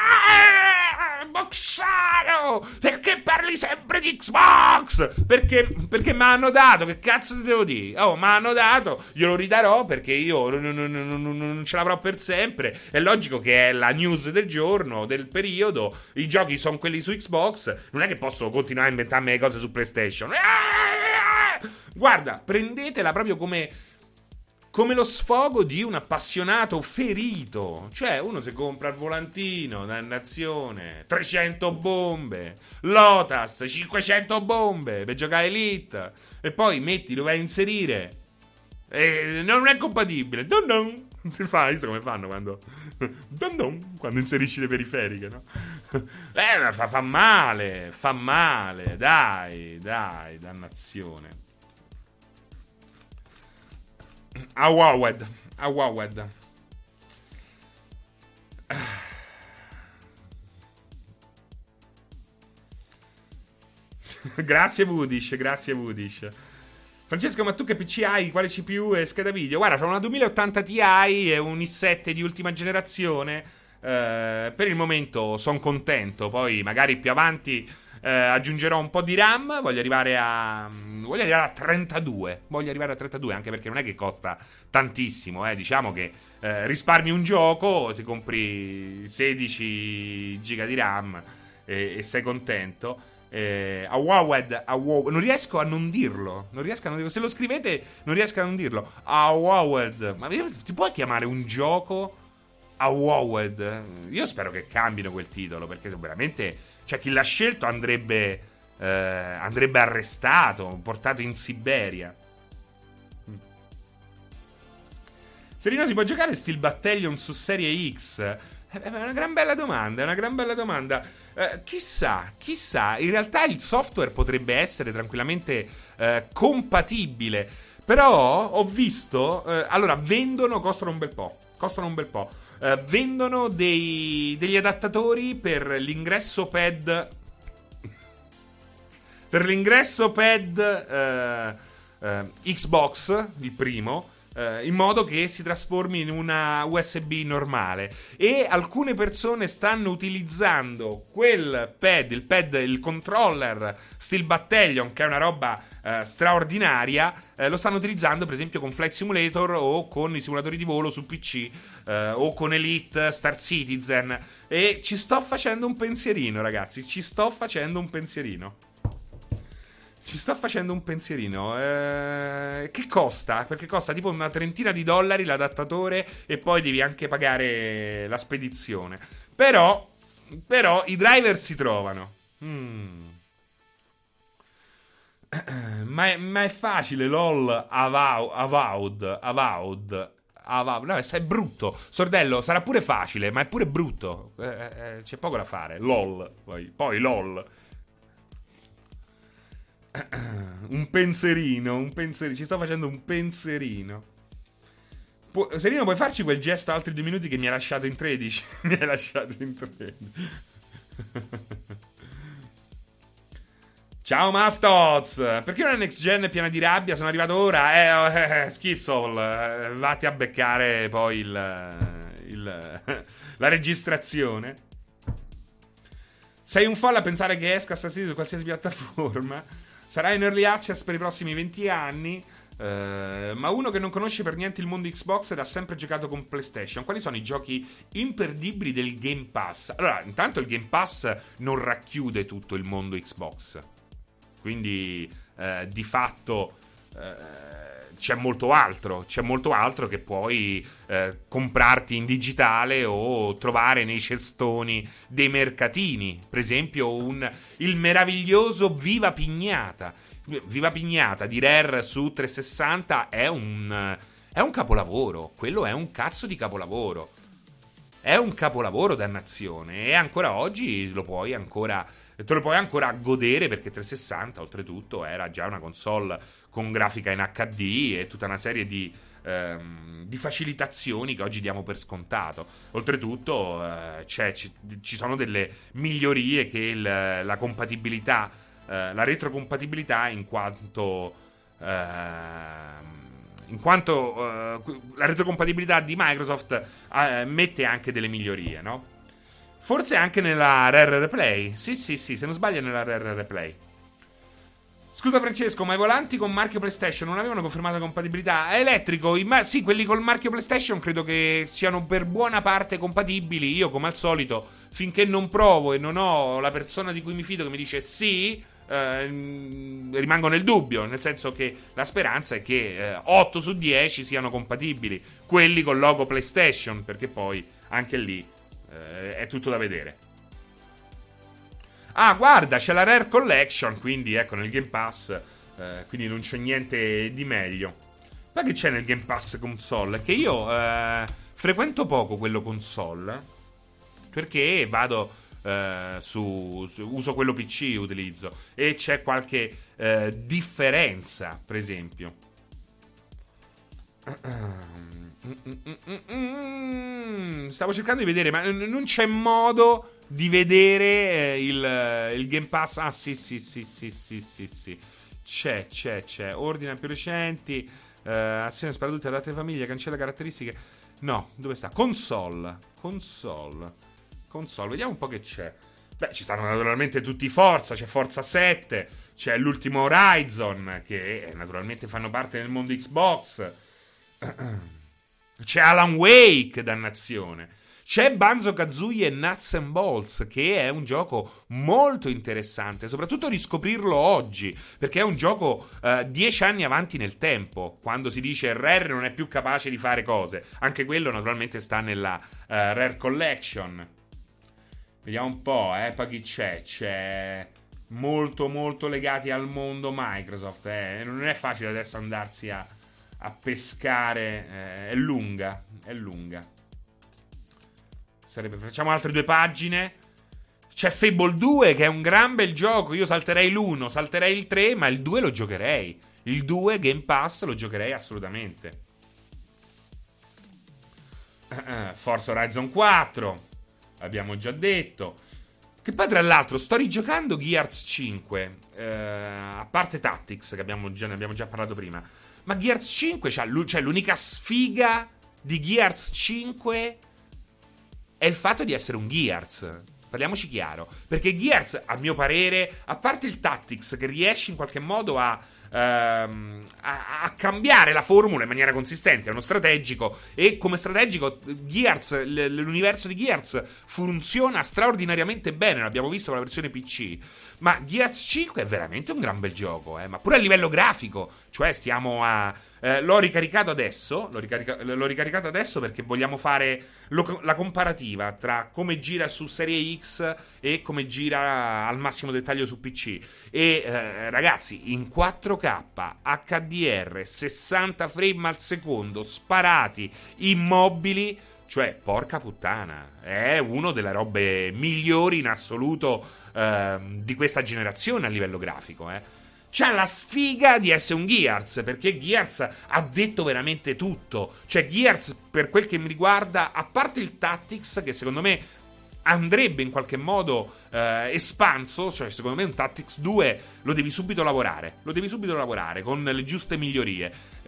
Boxaro, perché parli sempre di Xbox? Perché mi hanno dato, che cazzo ti devo dire? Oh, mi hanno dato, glielo ridarò perché io non ce l'avrò per sempre. È logico che è la news del giorno, del periodo. I giochi sono quelli su Xbox. Non è che posso continuare a inventarmi le cose su PlayStation. Guarda, prendetela proprio come lo sfogo di un appassionato ferito. Cioè, uno si compra il volantino, dannazione, 300 bombe, Lotus, 500 bombe per giocare Elite, e poi lo vai a inserire e non è compatibile. Don don. Si fa, visto come fanno quando don don, quando inserisci le periferiche, no? Fa male, dai, dannazione. Awawed. Grazie Vudish. Francesco, ma tu che PC hai? Quale CPU e scheda video? Guarda, c'ho una 2080 Ti e un i7 di ultima generazione. Per il momento sono contento. Poi magari più avanti aggiungerò un po' di RAM. Voglio arrivare a 32. Anche perché non è che costa tantissimo. Diciamo che risparmi un gioco, ti compri 16 giga di RAM e sei contento. Awawed, non riesco a non dirlo. Se lo scrivete, non riesco a non dirlo. Awawed. Ma ti puoi chiamare un gioco Awawed? Io spero che cambino quel titolo, perché veramente, cioè, chi l'ha scelto andrebbe arrestato, portato in Siberia. Serino, si può giocare Steel Battalion su Serie X? È una gran bella domanda. Chissà, in realtà il software potrebbe essere tranquillamente compatibile. Però ho visto, allora costano un bel po'. Vendono degli adattatori per l'ingresso pad. Xbox, il primo, in modo che si trasformi in una USB normale. E alcune persone stanno utilizzando il controller Steel Battalion, che è una roba straordinaria, lo stanno utilizzando per esempio con Flight Simulator o con i simulatori di volo su PC, o con Elite, Star Citizen. E ci sto facendo un pensierino, ragazzi, ci sto facendo un pensierino. Che costa? Perché costa tipo una trentina di dollari l'adattatore e poi devi anche pagare la spedizione. Però i driver si trovano. Ma è facile, lol. Avowed. No, è brutto. Sordello, sarà pure facile, ma è pure brutto. C'è poco da fare. Lol. Poi lol. Un pensierino. Ci sto facendo un pensierino. Serino, puoi farci quel gesto altri 2 minuti che mi ha lasciato in 13? Mi hai lasciato in 13. Ciao Mastoz. Perché una next gen è piena di rabbia? Sono arrivato ora. Schifsol. Vatti a beccare poi la registrazione. Sei un folle a pensare che esca Assassin's su qualsiasi piattaforma. Sarà in early access per i prossimi 20 anni. Ma uno che non conosce per niente il mondo Xbox ed ha sempre giocato con PlayStation. Quali sono i giochi imperdibili del Game Pass? Allora, intanto il Game Pass non racchiude tutto il mondo Xbox. Quindi, di fatto, c'è molto altro che puoi comprarti in digitale o trovare nei cestoni dei mercatini. Per esempio il meraviglioso Viva Pignata di Rare su 360 è un capolavoro. Quello è un cazzo di capolavoro. È un capolavoro, dannazione. E ancora oggi te lo puoi ancora godere, perché 360 oltretutto era già una console con grafica in HD e tutta una serie di facilitazioni che oggi diamo per scontato. Oltretutto ci sono delle migliorie che la compatibilità, la retrocompatibilità, in quanto la retrocompatibilità di Microsoft mette anche delle migliorie, no? Forse anche nella Rare Replay. Sì, se non sbaglio nella Rare Replay. Scusa Francesco, ma i volanti con marchio PlayStation non avevano confermato la compatibilità? Elettrico? Sì, quelli col marchio PlayStation credo che siano per buona parte compatibili. Io, come al solito, finché non provo e non ho la persona di cui mi fido che mi dice sì, rimango nel dubbio. Nel senso che la speranza è che 8 su 10 siano compatibili, quelli col logo PlayStation, perché poi anche lì è tutto da vedere. Ah, guarda, c'è la Rare Collection, quindi ecco, nel Game Pass, quindi non c'è niente di meglio. Ma che c'è nel Game Pass console? Che io frequento poco quello console, perché vado uso quello PC, utilizzo, e c'è qualche differenza, per esempio. Stavo cercando di vedere, ma non c'è modo di vedere il Game Pass. Ah, sì. C'è. Ordina più recenti. Azione sparatutto ad altre famiglie. Cancella caratteristiche. No, dove sta? Console. Vediamo un po' che c'è. Beh, ci stanno naturalmente tutti i Forza. C'è Forza 7. C'è l'ultimo Horizon, che naturalmente fanno parte del mondo Xbox. C'è Alan Wake, dannazione. C'è Banjo-Kazooie e Nuts and Bolts, che è un gioco molto interessante, soprattutto riscoprirlo oggi, perché è un gioco 10 anni avanti nel tempo. Quando si dice Rare non è più capace di fare cose, anche quello naturalmente sta nella Rare Collection. Vediamo un po', poi chi c'è molto molto legati al mondo Microsoft. Non è facile adesso andarsi a pescare, è lunga. Facciamo altre 2 pagine. C'è Fable 2, che è un gran bel gioco. Io salterei l'1, salterei il 3, ma il 2 lo giocherei. Il 2 Game Pass lo giocherei assolutamente. Forza Horizon 4, abbiamo già detto. Che poi tra l'altro sto rigiocando Gears 5, a parte Tactics, che ne abbiamo già parlato prima. Ma Gears 5 cioè l'unica sfiga di Gears 5 è il fatto di essere un Gears. Parliamoci chiaro. Perché Gears, a mio parere, a parte il Tactics, che riesce in qualche modo a cambiare la formula in maniera consistente, è uno strategico, e come strategico Gears, l'universo di Gears funziona straordinariamente bene, l'abbiamo visto con la versione PC. Ma Gears 5 è veramente un gran bel gioco, ma pure a livello grafico. Cioè stiamo a... l'ho ricaricato adesso perché vogliamo fare la comparativa tra come gira su Serie X e come gira al massimo dettaglio su PC. E ragazzi, in 4K HDR 60 frame al secondo sparati immobili, cioè porca puttana, è una delle robe migliori in assoluto di questa generazione a livello grafico. C'ha la sfiga di essere un Gears, perché Gears ha detto veramente tutto. Cioè Gears, per quel che mi riguarda, a parte il Tactics, che secondo me andrebbe in qualche modo espanso, cioè secondo me un Tactics 2 lo devi subito lavorare con le giuste migliorie,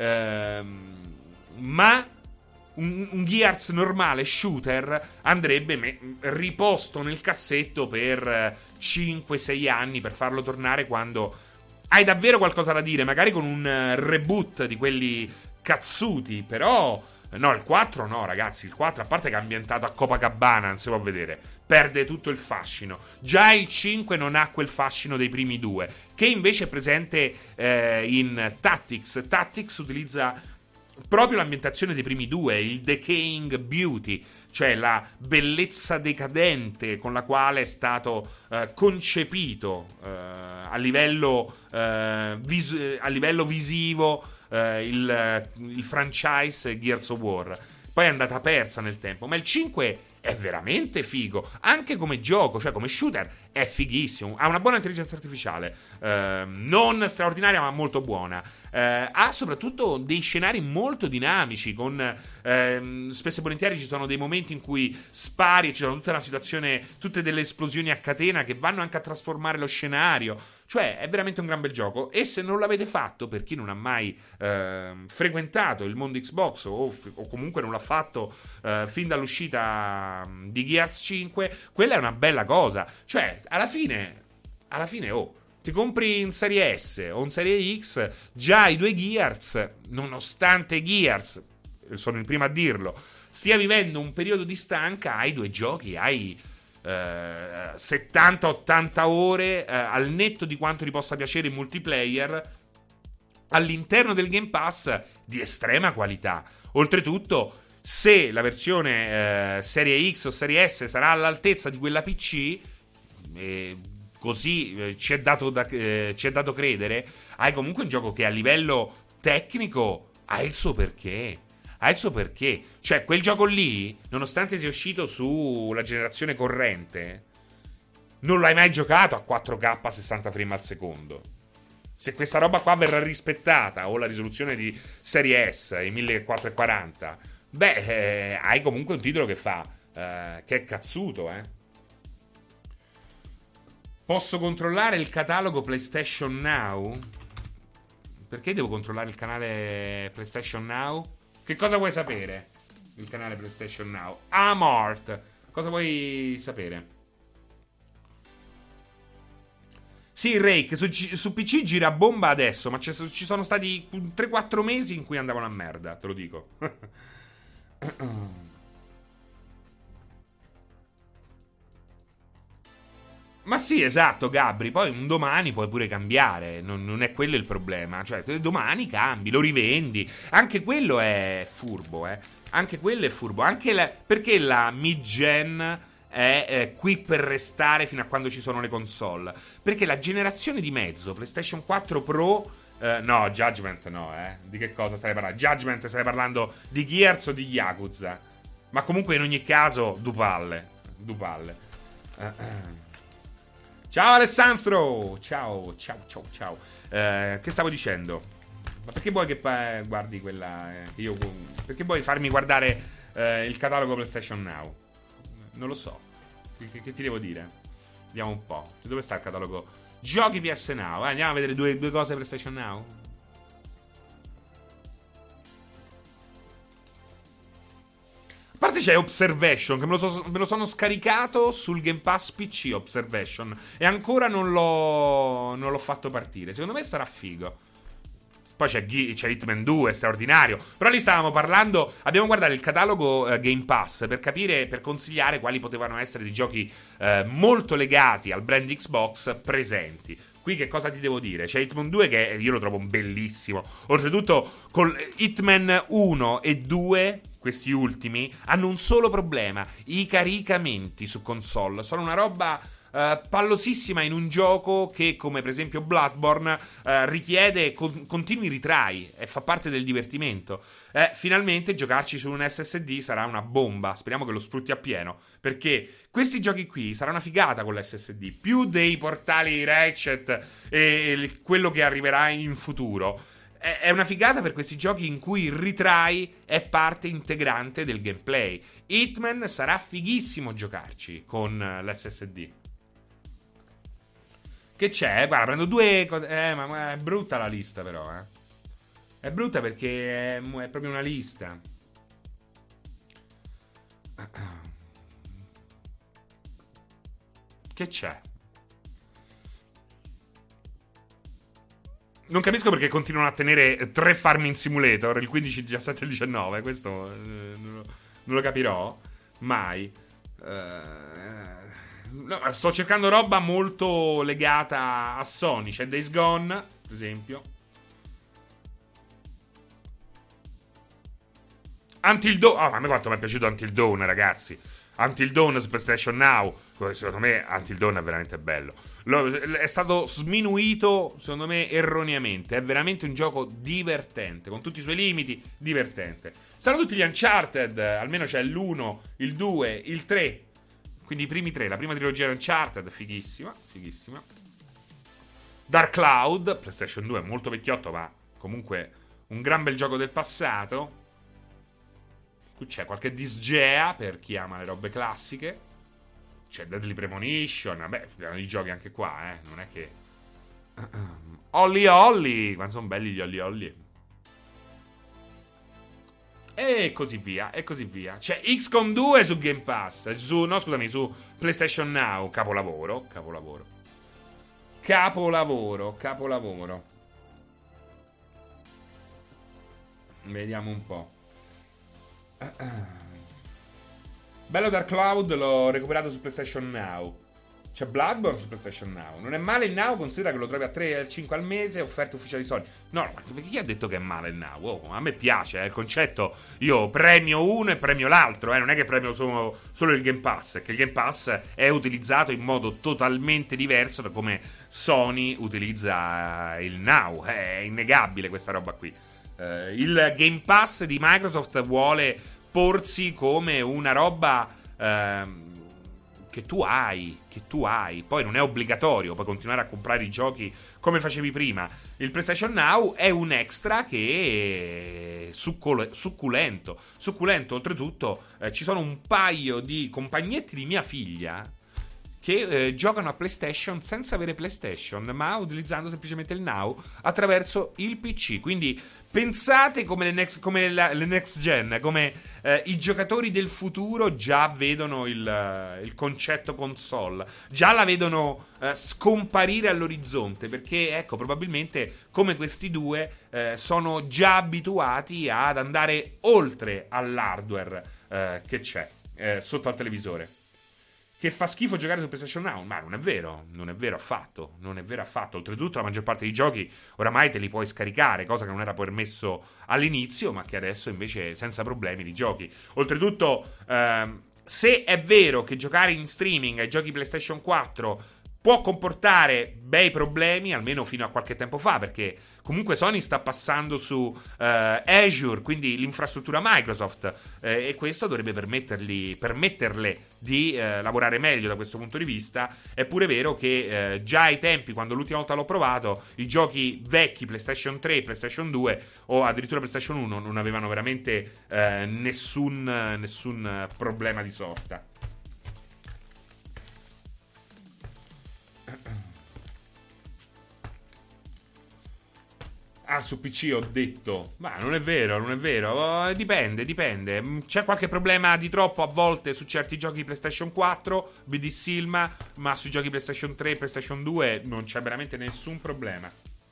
ma un Gears normale shooter andrebbe riposto nel cassetto per 5-6 anni, per farlo tornare quando hai davvero qualcosa da dire, magari con un reboot di quelli cazzuti. Però no, il 4 no, ragazzi, il 4, a parte che è ambientato a Copacabana, non si può vedere, perde tutto il fascino. Già il 5 non ha quel fascino dei primi due, che invece è presente in Tactics. Tactics utilizza proprio l'ambientazione dei primi due, il decaying beauty, cioè la bellezza decadente con la quale è stato concepito a livello visivo il franchise Gears of War. Poi è andata persa nel tempo, ma il 5 è veramente figo, anche come gioco, cioè come shooter è fighissimo, ha una buona intelligenza artificiale, non straordinaria ma molto buona, ha soprattutto dei scenari molto dinamici, con spesso e volentieri ci sono dei momenti in cui spari e ci sono tutta una situazione, tutte delle esplosioni a catena che vanno anche a trasformare lo scenario. Cioè è veramente un gran bel gioco, e se non l'avete fatto, per chi non ha mai frequentato il mondo Xbox o comunque non l'ha fatto fin dall'uscita di Gears 5, quella è una bella cosa. Cioè alla fine ti compri in Serie S o in Serie X già i due Gears, nonostante Gears, sono il primo a dirlo, stia vivendo un periodo di stanca, hai due giochi, hai 70-80 ore al netto di quanto ti possa piacere in multiplayer all'interno del Game Pass di estrema qualità. Oltretutto, se la versione Serie X o Serie S sarà all'altezza di quella PC, così ci è dato credere, hai comunque un gioco che a livello tecnico ha il suo perché. Cioè quel gioco lì, nonostante sia uscito sulla generazione corrente, non l'hai mai giocato a 4K a 60 frame al secondo. Se questa roba qua verrà rispettata, o la risoluzione di Serie S in 1440, hai comunque un titolo che fa che è cazzuto. Posso controllare il catalogo PlayStation Now? Perché devo controllare il canale PlayStation Now? Che cosa vuoi sapere? Il canale PlayStation Now. Amart. Cosa vuoi sapere? Sì, Rake, su PC gira bomba adesso, ma ci sono stati 3-4 mesi in cui andavano a merda, te lo dico. Ma sì, esatto, Gabri. Poi un domani puoi pure cambiare. Non è quello il problema. Cioè, domani cambi, lo rivendi. Anche quello è furbo, eh. Anche quello è furbo. Perché la mid-gen è qui per restare fino a quando ci sono le console? Perché la generazione di mezzo, PlayStation 4 Pro. No, Judgment no, eh. Di che cosa stai parlando? Judgment, stai parlando di Gears o di Yakuza? Ma comunque in ogni caso, Dupalle. Ciao Alessandro! Ciao. Che stavo dicendo? Ma perché vuoi che guardi quella... perché vuoi farmi guardare il catalogo PlayStation Now? Non lo so. Che ti devo dire? Vediamo un po'. Dove sta il catalogo? Giochi PS Now. Andiamo a vedere due cose PlayStation Now. c'è Observation, che me lo sono scaricato sul Game Pass PC Observation, e ancora non l'ho fatto partire. Secondo me sarà figo. Poi c'è Hitman 2, straordinario. Però lì stavamo parlando. Abbiamo guardato il catalogo Game Pass per capire, per consigliare quali potevano essere dei giochi molto legati al brand Xbox presenti. Qui che cosa ti devo dire? C'è Hitman 2 che io lo trovo bellissimo. Oltretutto, con Hitman 1 e 2, questi ultimi, hanno un solo problema: i caricamenti su console. Sono una roba pallosissima in un gioco che, come per esempio Bloodborne, richiede continui ritry e fa parte del divertimento. Finalmente giocarci su un SSD sarà una bomba. Speriamo che lo sfrutti appieno, perché questi giochi qui sarà una figata con l'SSD, più dei portali Ratchet e quello che arriverà in futuro. È una figata per questi giochi in cui il retry è parte integrante del gameplay. Hitman sarà fighissimo giocarci con l'SSD. Che c'è? Guarda, prendo due cose. Ma è brutta la lista, però, eh. È brutta perché è proprio una lista. Che c'è? Non capisco perché continuano a tenere 3 Farming Simulator, il 15, il 17 e il 19. Questo non lo capirò mai. No, sto cercando roba molto legata a Sony. C'è Days Gone, per esempio. Until Dawn. Oh, ma a me quanto mi è piaciuto Until Dawn, ragazzi. Until Dawn su PlayStation Now. Secondo me Until Dawn è veramente bello. È stato sminuito, secondo me, erroneamente. È veramente un gioco divertente, con tutti i suoi limiti, divertente. Saranno tutti gli Uncharted. Almeno c'è l'1, il 2, il 3. Quindi i primi 3, la prima trilogia Uncharted, fighissima, fighissima. Dark Cloud, PlayStation 2, molto vecchiotto, ma comunque un gran bel gioco del passato. Qui c'è qualche disgea per chi ama le robe classiche. C'è Deadly Premonition, vabbè, abbiamo i giochi anche qua, non è che... Olli Olli, quando sono belli gli Olli Olli. E così via, e così via. C'è XCOM 2 su Game Pass. Su PlayStation Now. Capolavoro, capolavoro. Capolavoro, capolavoro. Vediamo un po'. Bello Dark Cloud, l'ho recuperato su PlayStation Now. C'è Bloodborne su PlayStation Now. Non è male il Now, considera che lo trovi a 3,5 al mese, offerte ufficiali Sony. No, ma chi ha detto che è male il Now? Oh, a me piace, il concetto. Io premio uno e premio l'altro, non è che premio solo il Game Pass, è che il Game Pass è utilizzato in modo totalmente diverso da come Sony utilizza il Now. È innegabile questa roba qui. Il Game Pass di Microsoft vuole porsi come una roba... che tu hai. Poi non è obbligatorio, puoi continuare a comprare i giochi come facevi prima. Il PlayStation Now è un extra che è succulento. Oltretutto ci sono un paio di compagnetti di mia figlia che giocano a PlayStation senza avere PlayStation, ma utilizzando semplicemente il Now attraverso il PC. Quindi pensate come le next gen, come i giocatori del futuro già vedono il concetto console, già la vedono scomparire all'orizzonte, perché ecco, probabilmente come questi due sono già abituati ad andare oltre all'hardware che c'è sotto al televisore. Che fa schifo giocare su PlayStation Now? Ma non è vero affatto. Oltretutto la maggior parte dei giochi oramai te li puoi scaricare, cosa che non era permesso all'inizio, ma che adesso invece senza problemi li giochi. Oltretutto, se è vero che giocare in streaming ai giochi PlayStation 4 può comportare bei problemi, almeno fino a qualche tempo fa, perché comunque Sony sta passando su Azure, quindi l'infrastruttura Microsoft, e questo dovrebbe permetterle di lavorare meglio da questo punto di vista. È pure vero che già ai tempi, quando l'ultima volta l'ho provato, i giochi vecchi PlayStation 3, PlayStation 2 o addirittura PlayStation 1 non avevano veramente nessun problema di sorta. Ah, su PC ho detto. Ma non è vero, non è vero. Dipende, dipende. C'è qualche problema di troppo a volte su certi giochi PlayStation 4, BD Silma, ma sui giochi PlayStation 3 e PlayStation 2 non c'è veramente nessun problema.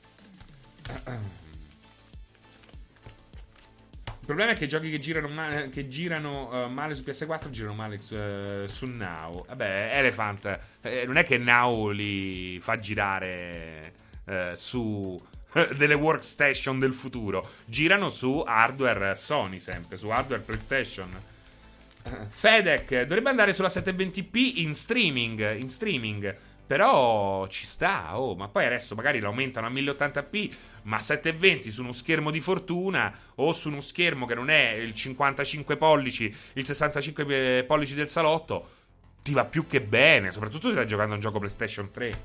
Il problema è che i giochi che girano male su PS4 girano male su Now. Vabbè, Elephant non è che Now li fa girare su delle workstation del futuro. Girano su hardware Sony sempre, su hardware PlayStation. Fedec dovrebbe andare sulla 720p in streaming. Però ci sta, oh, ma poi adesso magari l'aumentano a 1080p, ma 720 su uno schermo di fortuna o su uno schermo che non è il 55 pollici, il 65 pollici del salotto, ti va più che bene, soprattutto se stai giocando a un gioco PlayStation 3.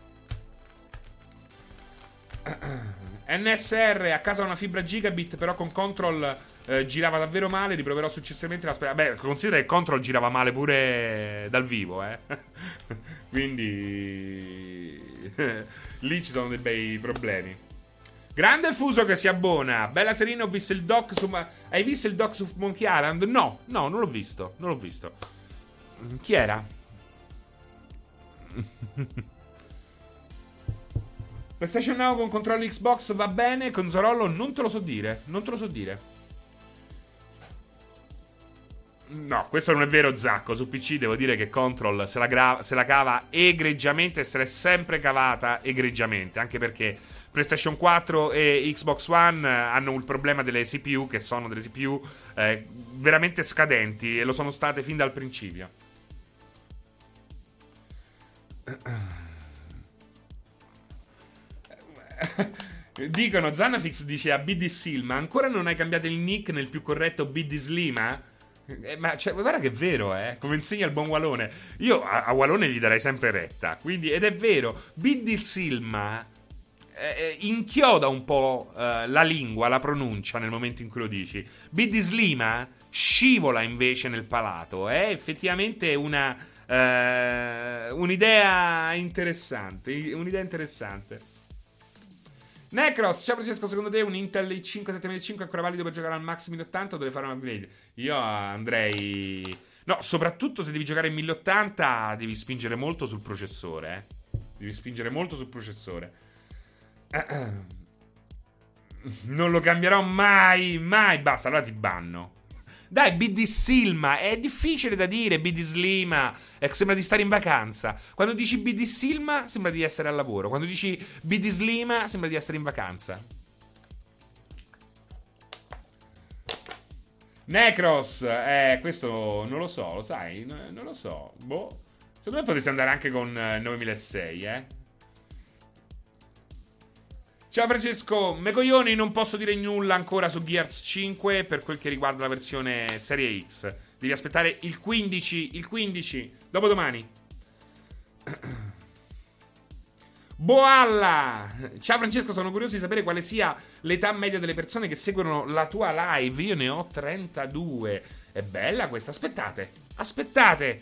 NSR, a casa una fibra gigabit, però con Control girava davvero male, riproverò successivamente la Beh, considera che Control girava male pure dal vivo, quindi lì ci sono dei bei problemi. Grande Fuso che si abbona. Bella Serena, ho visto il doc su... Hai visto il doc su Monkey Island? No, non l'ho visto. Chi era? PlayStation Now con controllo Xbox va bene, con Zorollo non te lo so dire. No, questo non è vero, Zacco. Su PC devo dire che Control se la cava egregiamente, se l'è sempre cavata egregiamente. Anche perché PlayStation 4 e Xbox One hanno il problema delle CPU, che sono delle CPU veramente scadenti, e lo sono state fin dal principio. Dicono, Zanafix dice a BD Silma, ancora non hai cambiato il nick nel più corretto BD Slima? Ma cioè, guarda che è vero, come insegna il buon Walone. Io a Walone gli darei sempre retta. Quindi, ed è vero, BD Silma inchioda un po' la lingua, la pronuncia nel momento in cui lo dici. BD Slima scivola invece nel palato. È effettivamente un'idea interessante. Necros, ciao Francesco, secondo te un Intel i5 7005 è ancora valido per giocare al Max 1080 o deve fare un upgrade? Io andrei... No, soprattutto se devi giocare in 1080 devi spingere molto sul processore, Non lo cambierò mai, basta, allora ti banno. Dai, BD Silma, è difficile da dire, BD Slima, sembra di stare in vacanza. Quando dici BD Silma, sembra di essere al lavoro. Quando dici BD Slima, sembra di essere in vacanza. Necros, questo non lo so, lo sai? Non lo so, boh. Secondo me potresti andare anche con 9006, Ciao Francesco, Mecoglioni, non posso dire nulla ancora su Gears 5 per quel che riguarda la versione Serie X. Devi aspettare il 15, dopodomani. Boalla! Ciao Francesco, sono curioso di sapere quale sia l'età media delle persone che seguono la tua live. Io ne ho 32. È bella questa, aspettate,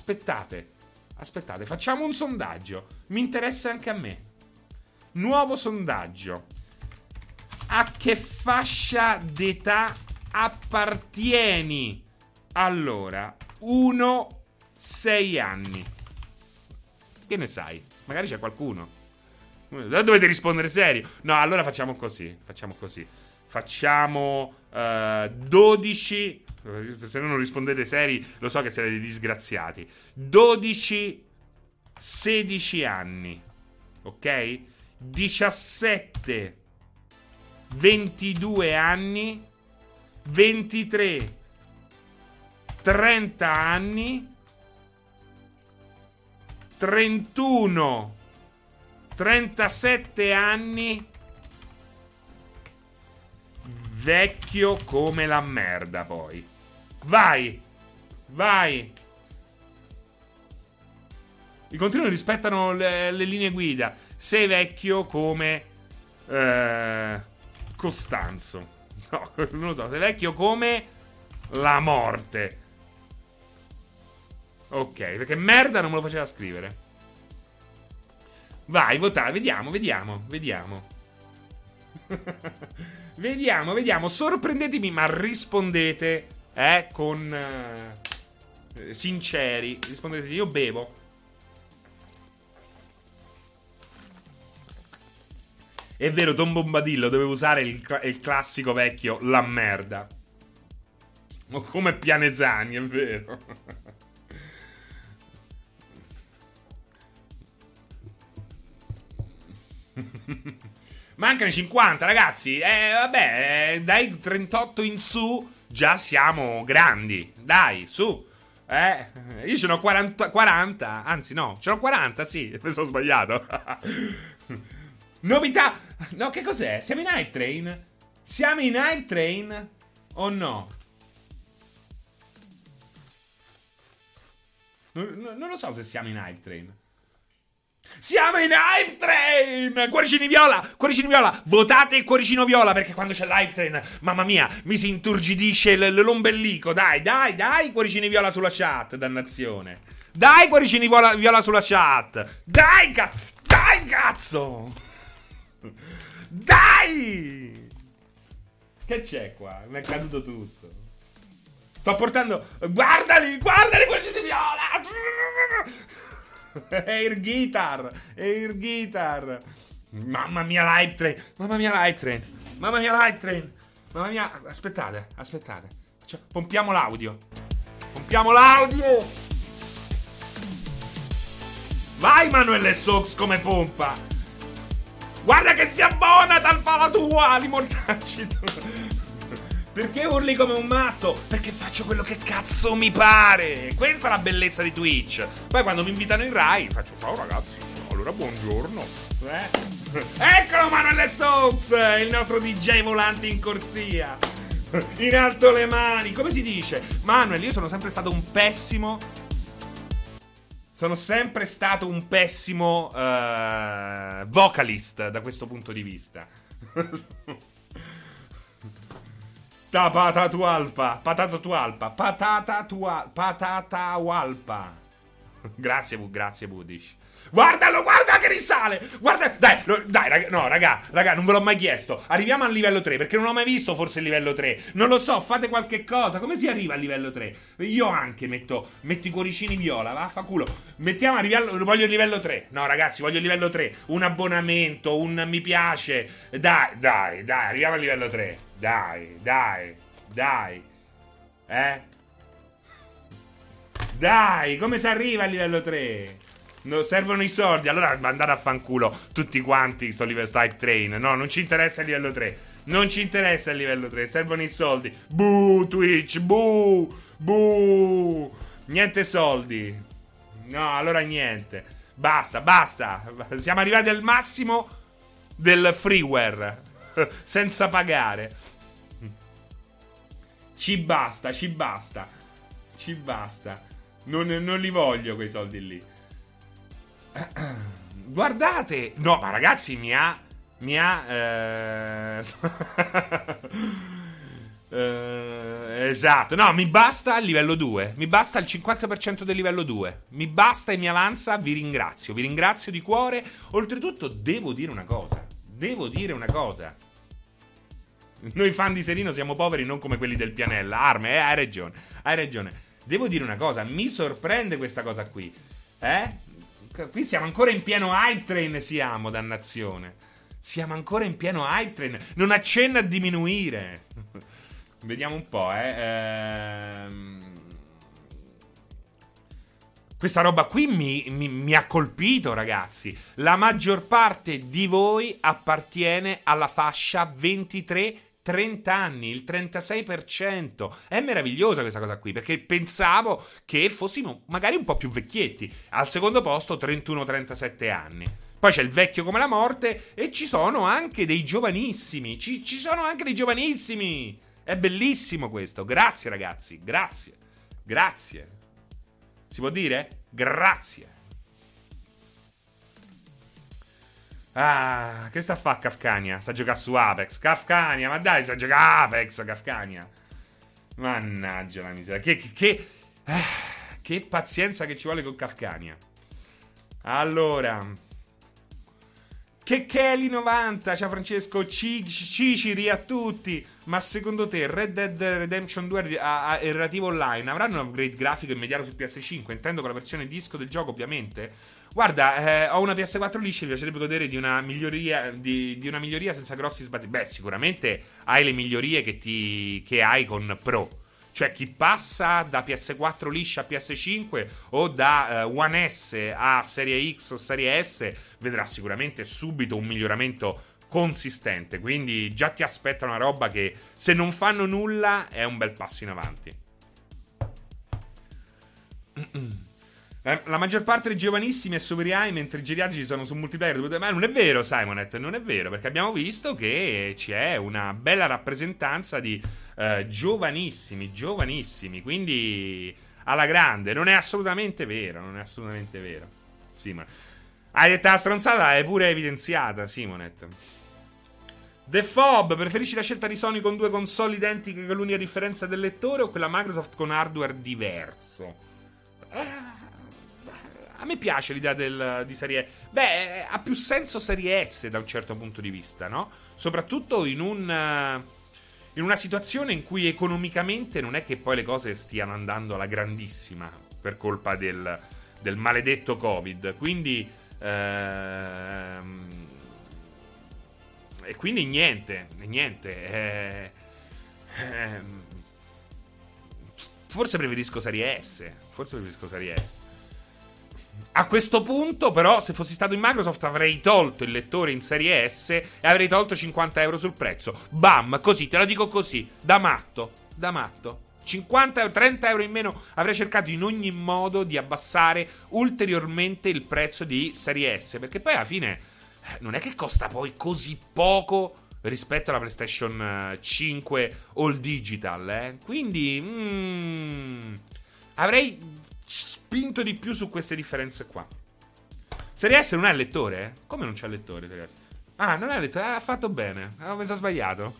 facciamo un sondaggio. Mi interessa anche a me. Nuovo sondaggio. A che fascia d'età appartieni? Allora, 6 anni. Che ne sai? Magari c'è qualcuno. Dovete rispondere serio. No, allora facciamo così. Facciamo 12. Se non rispondete seri, lo so che siete dei disgraziati. 12, 16 anni. Ok? 17, 22 anni, 23, 30 anni, 31, 37 anni, vecchio come la merda poi. Vai! I contenuti rispettano le linee guida. Sei vecchio come Costanzo. No, non lo so. Sei vecchio come la morte. Ok, perché merda non me lo faceva scrivere. Vai, votare. Vediamo. Vediamo, sorprendetemi, ma rispondete, con sinceri. Rispondete, io bevo. È vero, Tom Bombadillo, dovevo usare il classico vecchio la merda. O come Pianesani, è vero. Mancano 50, ragazzi. Vabbè, dai 38 in su già siamo grandi. Dai, su. Io ce n'ho 40, anzi no, ce n'ho 40, sì, mi sono sbagliato. Novità. No, che cos'è? Siamo in Hype Train? Siamo in Hype Train o no? Non lo so se siamo in Hype Train. Siamo in Hype Train! Cuoricini viola! Votate il cuoricino viola, perché quando c'è l'Hype Train, mamma mia, mi si inturgidisce l'ombelico. Dai, cuoricini viola sulla chat, dannazione. Dai, cuoricini viola sulla chat. Dai, cazzo! Dai! Che c'è qua? Mi è caduto tutto. Sto portando... Guardali, cuoricini viola! Air guitar. Mamma mia l'hype train. Mamma mia, aspettate. Pompiamo l'audio. Vai Manuel Sox come pompa. Guarda che si abbona dal pala tua, li mortacci tu. Perché urli come un matto? Perché faccio quello che cazzo mi pare. Questa è la bellezza di Twitch. Poi quando mi invitano in Rai faccio ciao ragazzi, allora buongiorno. Eccolo Manuel Sox, il nostro DJ volante in corsia. In alto le mani. Come si dice? Manuel, io sono sempre stato un pessimo vocalist da questo punto di vista. Patata tualpa. Grazie Budish. Guarda che risale. Guarda, dai, raga, non ve l'ho mai chiesto. Arriviamo al livello 3, perché non ho mai visto forse il livello 3. Non lo so, fate qualche cosa. Come si arriva al livello 3? Io anche metto i cuoricini viola, vaffanculo. Voglio il livello 3. No, ragazzi, voglio il livello 3. Un abbonamento, un mi piace. Dai, arriviamo al livello 3. Dai. Dai, come si arriva al livello 3? No, servono i soldi. Allora andate a fanculo tutti quanti sto Hype Train. No, non ci interessa il livello 3. Servono i soldi. Buh, Twitch, buh. Niente soldi. No, allora niente. Basta. Siamo arrivati al massimo del freeware. Senza pagare. Ci basta. Non li voglio quei soldi lì. Guardate. No, ma ragazzi, mi ha esatto. No, mi basta il livello 2. Mi basta il 50% del livello 2. Mi basta e mi avanza. Vi ringrazio di cuore. Oltretutto devo dire una cosa. Noi fan di Serino siamo poveri, non come quelli del Pianella. Arme, hai ragione. Devo dire una cosa, mi sorprende questa cosa qui. Qui siamo ancora in pieno hype train, dannazione. Siamo ancora in pieno hype train. Non accenna a diminuire. Vediamo un po', Questa roba qui mi ha colpito, ragazzi. La maggior parte di voi appartiene alla fascia 23-30 anni, il 36%. È meravigliosa questa cosa qui, perché pensavo che fossimo magari un po' più vecchietti. Al secondo posto 31-37 anni. Poi c'è il vecchio come la morte e ci sono anche dei giovanissimi. Ci sono anche dei giovanissimi. È bellissimo questo. Grazie, ragazzi. Grazie. Si può dire? Grazie. Che sta a fare Kafkania? Sta a giocare su Apex. Kafkania, ma dai, sta a giocare Apex, Kafkania. Mannaggia la miseria. Che pazienza che ci vuole con Kafkania. Allora, Che Kelly 90, ciao Francesco, Ciciri a tutti. Ma secondo te Red Dead Redemption 2 e relativo online avranno un upgrade grafico immediato su PS5? Intendo con la versione disco del gioco, ovviamente. Guarda, ho una PS4 liscia, mi piacerebbe godere di una miglioria di una miglioria senza grossi sbatti. Beh, sicuramente hai le migliorie che hai con Pro. Cioè chi passa da PS4 liscia a PS5 o da One S a Serie X o Serie S vedrà sicuramente subito un miglioramento consistente. Quindi già ti aspetta una roba che, se non fanno nulla, è un bel passo in avanti. La maggior parte dei giovanissimi è su VRI, mentre i geriatrici sono su multiplayer. Ma non è vero, Simonet, non è vero, perché abbiamo visto che c'è una bella rappresentanza di giovanissimi, quindi alla grande. Non è assolutamente vero, Simon. Hai detto la stronzata, è pure evidenziata, Simonet. The Fob, preferisci la scelta di Sony con 2 console identiche con l'unica differenza del lettore o quella Microsoft con hardware diverso? A me piace l'idea di serie. Beh, ha più senso serie S da un certo punto di vista, no? Soprattutto in una situazione in cui economicamente non è che poi le cose stiano andando alla grandissima per colpa del maledetto Covid. Quindi e quindi niente. Forse preferisco serie S. A questo punto, però, se fossi stato in Microsoft avrei tolto il lettore in serie S e avrei tolto 50 euro sul prezzo. Bam, così, te lo dico così, da matto. 50 o 30 euro in meno. Avrei cercato in ogni modo di abbassare ulteriormente il prezzo di serie S, perché poi alla fine non è che costa poi così poco rispetto alla PlayStation 5 All Digital, Quindi avrei spinto di più su queste differenze qua. Serie S non ha il lettore? Come non c'ha il lettore, Serie S? Ah, non ha il lettore. Ha fatto bene. Mi sono sbagliato.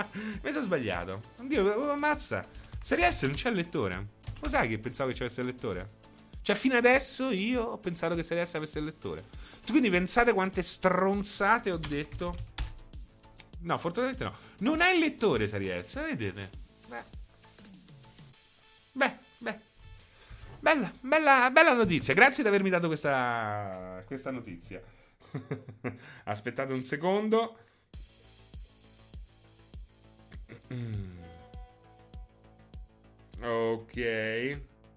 Oddio, ammazza. Serie S non c'è il lettore. Lo sai che pensavo che c'avesse il lettore? Cioè, fino adesso io ho pensato che Serie S avesse il lettore. Quindi pensate quante stronzate ho detto. No, fortunatamente no. Non ha il lettore Serie S, vedete? Beh. Bella notizia. Grazie di avermi dato questa notizia. Aspettate un secondo. Ok.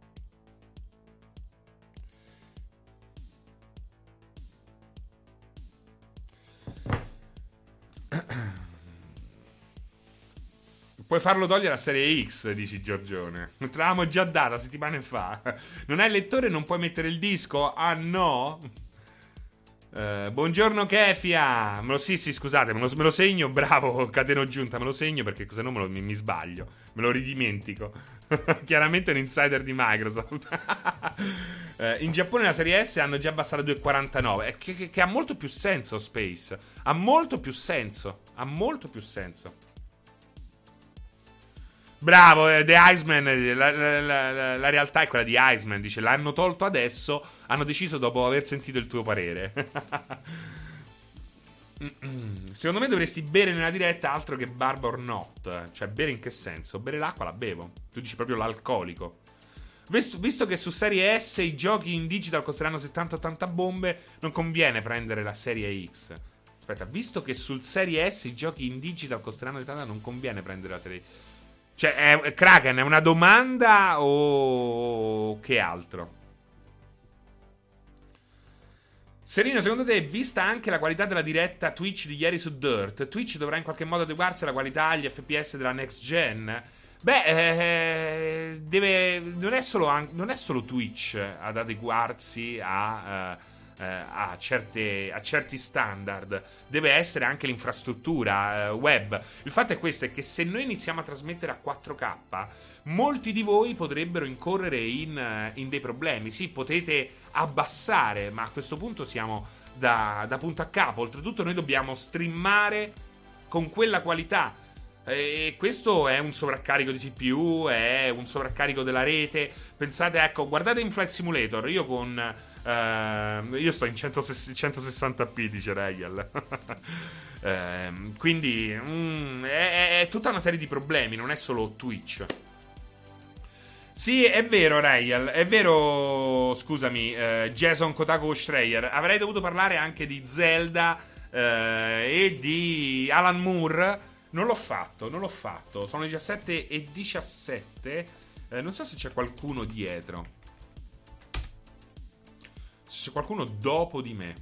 Puoi farlo togliere a serie X, dici Giorgione. Te l'avevamo già data settimane fa. Non hai il lettore, non puoi mettere il disco? Ah no? Buongiorno Kefia. Sì, scusate, me lo segno. Bravo, cateno giunta, me lo segno perché se no mi sbaglio. Me lo ridimentico. Chiaramente è un insider di Microsoft. In Giappone la serie S hanno già abbassato a 2,49. Che ha molto più senso, Space. Ha molto più senso. Bravo, The Iceman. La realtà è quella di Iceman. Dice: l'hanno tolto adesso. Hanno deciso dopo aver sentito il tuo parere. Secondo me dovresti bere nella diretta altro che Barba or Not. Cioè, bere in che senso? Bere l'acqua la bevo. Tu dici proprio l'alcolico. Visto che su Serie S i giochi in digital costeranno 70-80 bombe, non conviene prendere la Serie X. Aspetta, visto che sul Serie S i giochi in digital costeranno 70, non conviene prendere la Serie X. Cioè, Kraken, è una domanda o che altro? Serino, secondo te, vista anche la qualità della diretta Twitch di ieri su Dirt, Twitch dovrà in qualche modo adeguarsi alla qualità agli FPS della next gen? Beh, non è solo Twitch ad adeguarsi a certi standard. Deve essere anche l'infrastruttura web. Il fatto è questo, è che se noi iniziamo a trasmettere a 4K, molti di voi potrebbero incorrere in dei problemi. Sì, potete abbassare, ma a questo punto siamo da punto a capo. Oltretutto noi dobbiamo streamare con quella qualità, e questo è un sovraccarico di CPU, è un sovraccarico della rete. Pensate, ecco, guardate in Flight Simulator. Io con Io sto in 160p, dice Regal. Quindi è tutta una serie di problemi, non è solo Twitch. Sì, è vero, Regal, è vero, scusami, Jason Kotaku Schreier. Avrei dovuto parlare anche di Zelda e di Alan Moore. Non l'ho fatto. Sono le 17:17. Non so se c'è qualcuno dietro. Se c'è qualcuno dopo di me.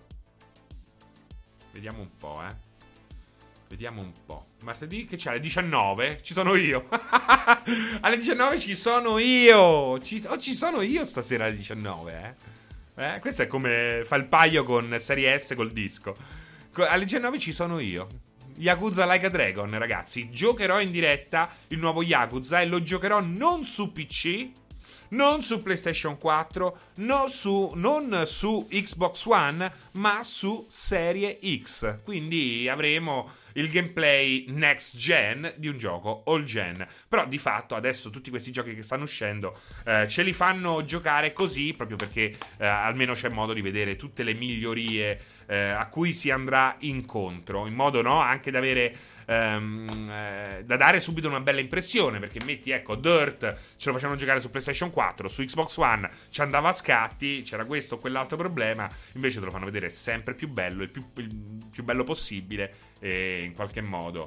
Vediamo un po', Vediamo un po'. Martedì che c'è? Alle 19? Ci sono io. Alle 19 ci sono io. Ci sono io stasera alle 19, Questo è come fa il paio con Serie S col disco. Alle 19 ci sono io. Yakuza Like a Dragon, ragazzi. Giocherò in diretta il nuovo Yakuza e lo giocherò non su PC, non su PlayStation 4, non su Xbox One, ma su Serie X. Quindi avremo il gameplay next gen di un gioco all gen. Però di fatto adesso tutti questi giochi che stanno uscendo ce li fanno giocare così, proprio perché almeno c'è modo di vedere tutte le migliorie a cui si andrà incontro, in modo anche da avere da dare subito una bella impressione, perché metti, ecco, Dirt ce lo facevano giocare su PlayStation 4, su Xbox One ci andava a scatti, c'era questo o quell'altro problema, invece te lo fanno vedere sempre più bello, il più bello possibile, e in qualche modo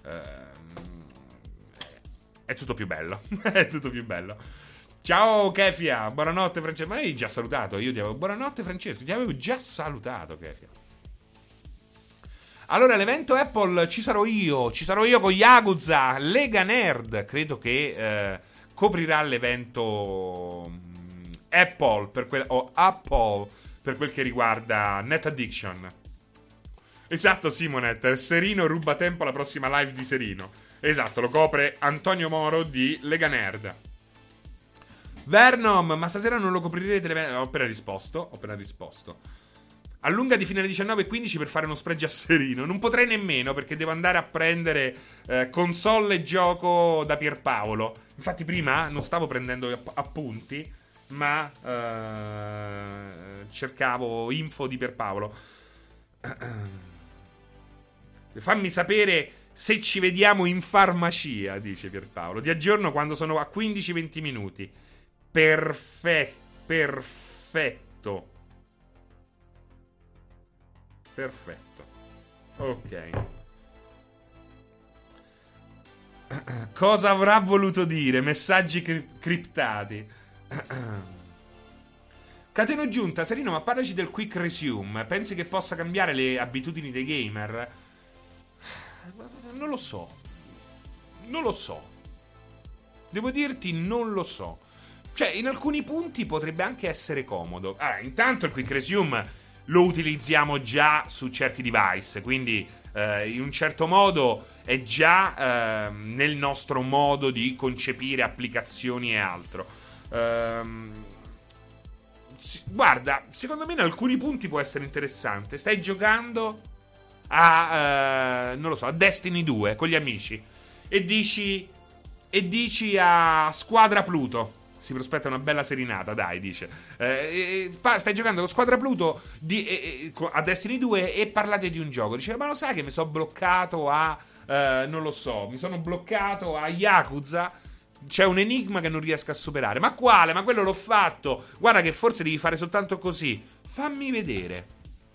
è tutto più bello. È tutto più bello. Ciao Kefia, buonanotte Francesco. Ma hai già salutato? Io ti avevo... Buonanotte Francesco, ti avevo già salutato, Kefia. Allora, l'evento Apple ci sarò io con Yakuza, Lega Nerd. Credo che coprirà l'evento Apple Apple per quel che riguarda Net Addiction. Esatto, Simonet, Serino ruba tempo alla prossima live di Serino. Esatto, lo copre Antonio Moro di Lega Nerd. Vernom, ma stasera non lo coprirete l'evento? Ho appena risposto. Allunga di fine alle 19:15 per fare uno spregio a Serino. Non potrei nemmeno, perché devo andare a prendere console e gioco da Pierpaolo. Infatti prima non stavo prendendo appunti, ma cercavo info di Pierpaolo. Fammi sapere se ci vediamo in farmacia, dice Pierpaolo. Ti aggiorno quando sono a 15-20 minuti. Perfetto. Ok. Cosa avrà voluto dire? Messaggi criptati. Cateno Giunta, Serino, ma parlaci del quick resume. Pensi che possa cambiare le abitudini dei gamer? Non lo so. Devo dirti, non lo so. Cioè, in alcuni punti potrebbe anche essere comodo. Intanto il quick resume lo utilizziamo già su certi device, quindi in un certo modo è già nel nostro modo di concepire applicazioni e altro. Guarda, secondo me in alcuni punti può essere interessante. Stai giocando non lo so, a Destiny 2 con gli amici e dici a Squadra Pluto. Si prospetta una bella serenata, dai, dice. Stai giocando con Squadra Pluto a Destiny 2 e parlate di un gioco. Dice, ma lo sai che mi sono bloccato non lo so, mi sono bloccato a Yakuza. C'è un enigma che non riesco a superare. Ma quale? Ma quello l'ho fatto. Guarda che forse devi fare soltanto così. Fammi vedere.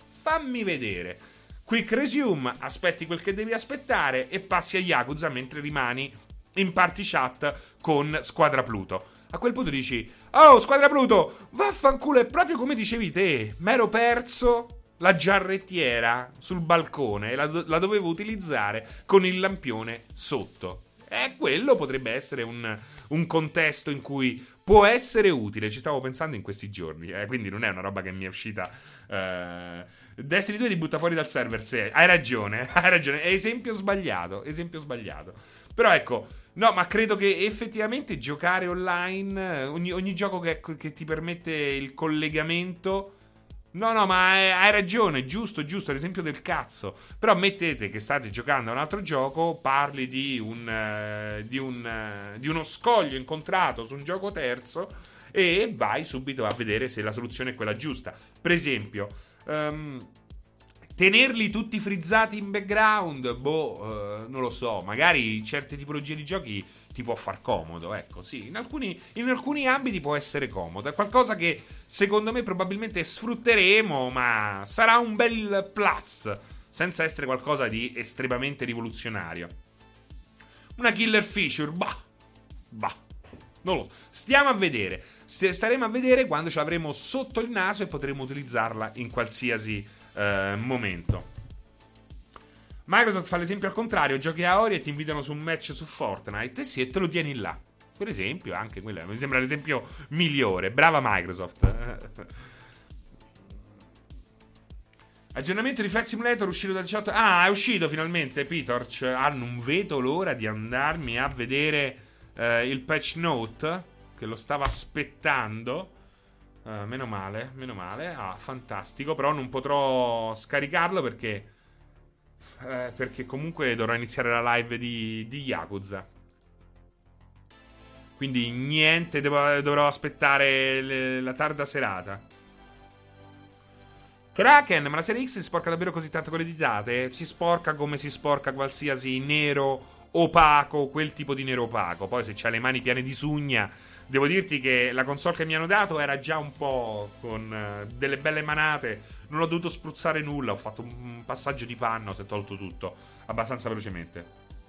Quick resume, aspetti quel che devi aspettare e passi a Yakuza mentre rimani in party chat con Squadra Pluto. A quel punto dici, oh Squadra Pluto, vaffanculo, è proprio come dicevi te. M'ero perso la giarrettiera sul balcone e la dovevo utilizzare con il lampione sotto. E quello potrebbe essere un contesto in cui può essere utile. Ci stavo pensando in questi giorni, quindi non è una roba che mi è uscita. Destiny 2 ti butta fuori dal server. Se hai ragione. È esempio sbagliato. Però ecco, no, ma credo che effettivamente giocare online, ogni gioco che ti permette il collegamento. No, ma hai ragione, giusto, l'esempio del cazzo. Però mettete che state giocando a un altro gioco, parli di uno scoglio incontrato su un gioco terzo e vai subito a vedere se la soluzione è quella giusta. Per esempio, tenerli tutti frizzati in background, non lo so, magari certe tipologie di giochi ti può far comodo, ecco, sì, in alcuni ambiti può essere comodo, è qualcosa che secondo me probabilmente sfrutteremo, ma sarà un bel plus, senza essere qualcosa di estremamente rivoluzionario. Una killer feature, non lo so, stiamo a vedere, staremo a vedere quando ce l'avremo sotto il naso e potremo utilizzarla in qualsiasi momento. Microsoft fa l'esempio al contrario, giochi a Ori e ti invitano su un match su Fortnite, sì, e te lo tieni là. Per esempio, anche quello mi sembra l'esempio migliore. Brava Microsoft. Aggiornamento di Flight Simulator uscito dal 18. Ah, è uscito finalmente, Pitorch. Non vedo l'ora di andarmi a vedere il patch note, che lo stavo aspettando. Meno male. Ah, fantastico. Però non potrò scaricarlo perché comunque dovrò iniziare la live di Yakuza. Quindi niente, dovrò aspettare la tarda serata. Kraken, ma la serie X si sporca davvero così tanto con le ditate? Si sporca come si sporca qualsiasi nero opaco, quel tipo di nero opaco. Poi se c'ha le mani piene di sugna, devo dirti che la console che mi hanno dato era già un po' con delle belle manate. Non ho dovuto spruzzare nulla, ho fatto un passaggio di panna, ho tolto tutto abbastanza velocemente.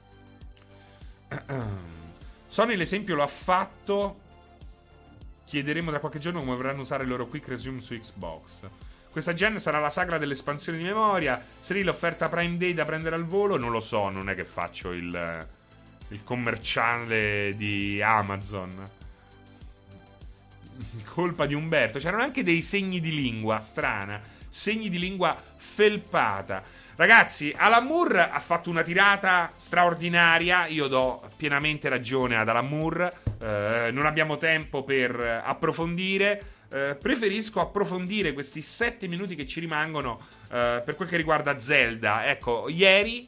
Sony l'esempio lo ha fatto. Chiederemo da qualche giorno come vorranno usare il loro Quick Resume su Xbox. Questa gen sarà la sagra dell'espansione di memoria. Se lì l'offerta Prime Day da prendere al volo, non lo so, non è che faccio il commerciale di Amazon. Colpa di Umberto. C'erano anche dei segni di lingua strana, segni di lingua felpata. Ragazzi, Alan Moore ha fatto una tirata straordinaria. Io do pienamente ragione ad Alan Moore. Non abbiamo tempo per approfondire. Preferisco approfondire questi 7 minuti che ci rimangono per quel che riguarda Zelda. Ecco, ieri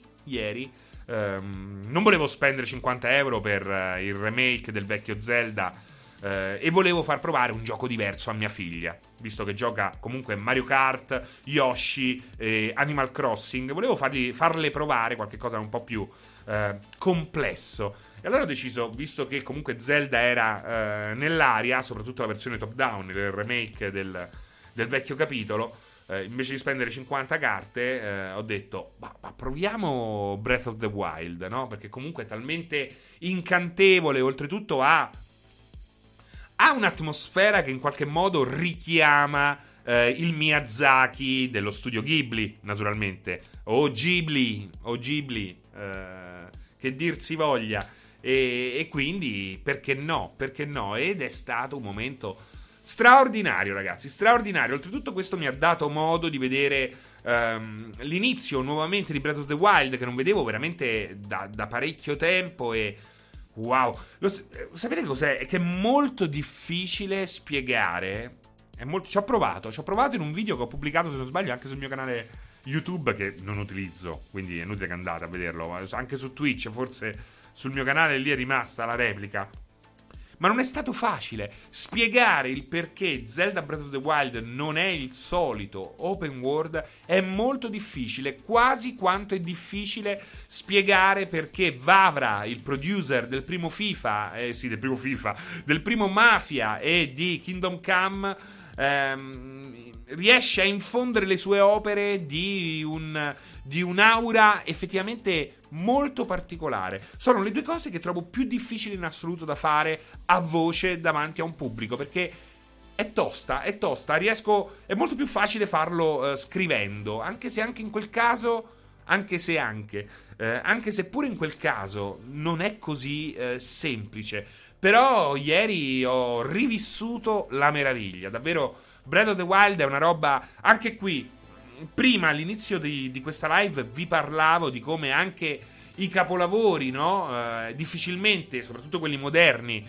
non volevo spendere 50 euro per il remake del vecchio Zelda e volevo far provare un gioco diverso a mia figlia, visto che gioca comunque Mario Kart, Yoshi, Animal Crossing. Volevo farle provare qualcosa un po' più complesso. E allora ho deciso, visto che comunque Zelda era nell'aria, soprattutto la versione top down, il remake del vecchio capitolo, invece di spendere 50 carte, ho detto, ma proviamo Breath of the Wild, no? Perché comunque è talmente incantevole, oltretutto ha un'atmosfera che in qualche modo richiama il Miyazaki dello studio Ghibli, naturalmente, o Ghibli, che dir si voglia. E quindi perché no? Ed è stato un momento straordinario, ragazzi, straordinario. Oltretutto questo mi ha dato modo di vedere l'inizio nuovamente di Breath of the Wild, che non vedevo veramente da parecchio tempo. E wow, sapete cos'è? È che è molto difficile spiegare. Ci ho provato in un video che ho pubblicato, se non sbaglio, anche sul mio canale YouTube, che non utilizzo, quindi è inutile che andate a vederlo. Anche su Twitch, forse sul mio canale lì è rimasta la replica. Ma non è stato facile spiegare il perché Zelda Breath of the Wild non è il solito open world. È molto difficile, quasi quanto è difficile spiegare perché Vavra, il producer del primo FIFA, del primo Mafia e di Kingdom Come, riesce a infondere le sue opere di un'aura effettivamente molto particolare. Sono le due cose che trovo più difficili in assoluto da fare a voce davanti a un pubblico, perché è tosta. È molto più facile farlo scrivendo, anche se pure in quel caso non è così semplice. Però ieri ho rivissuto la meraviglia, davvero. Breath of the Wild è una roba, anche qui. Prima, all'inizio di questa live, vi parlavo di come anche i capolavori, no? Difficilmente, soprattutto quelli moderni,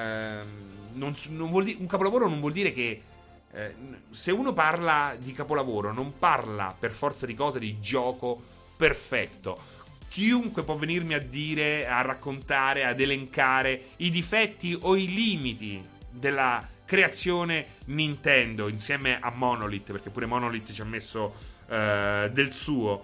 un capolavoro non vuol dire che se uno parla di capolavoro non parla per forza di cose di gioco perfetto. Chiunque può venirmi a dire, a raccontare, ad elencare i difetti o i limiti della creazione Nintendo insieme a Monolith, perché pure Monolith ci ha messo del suo.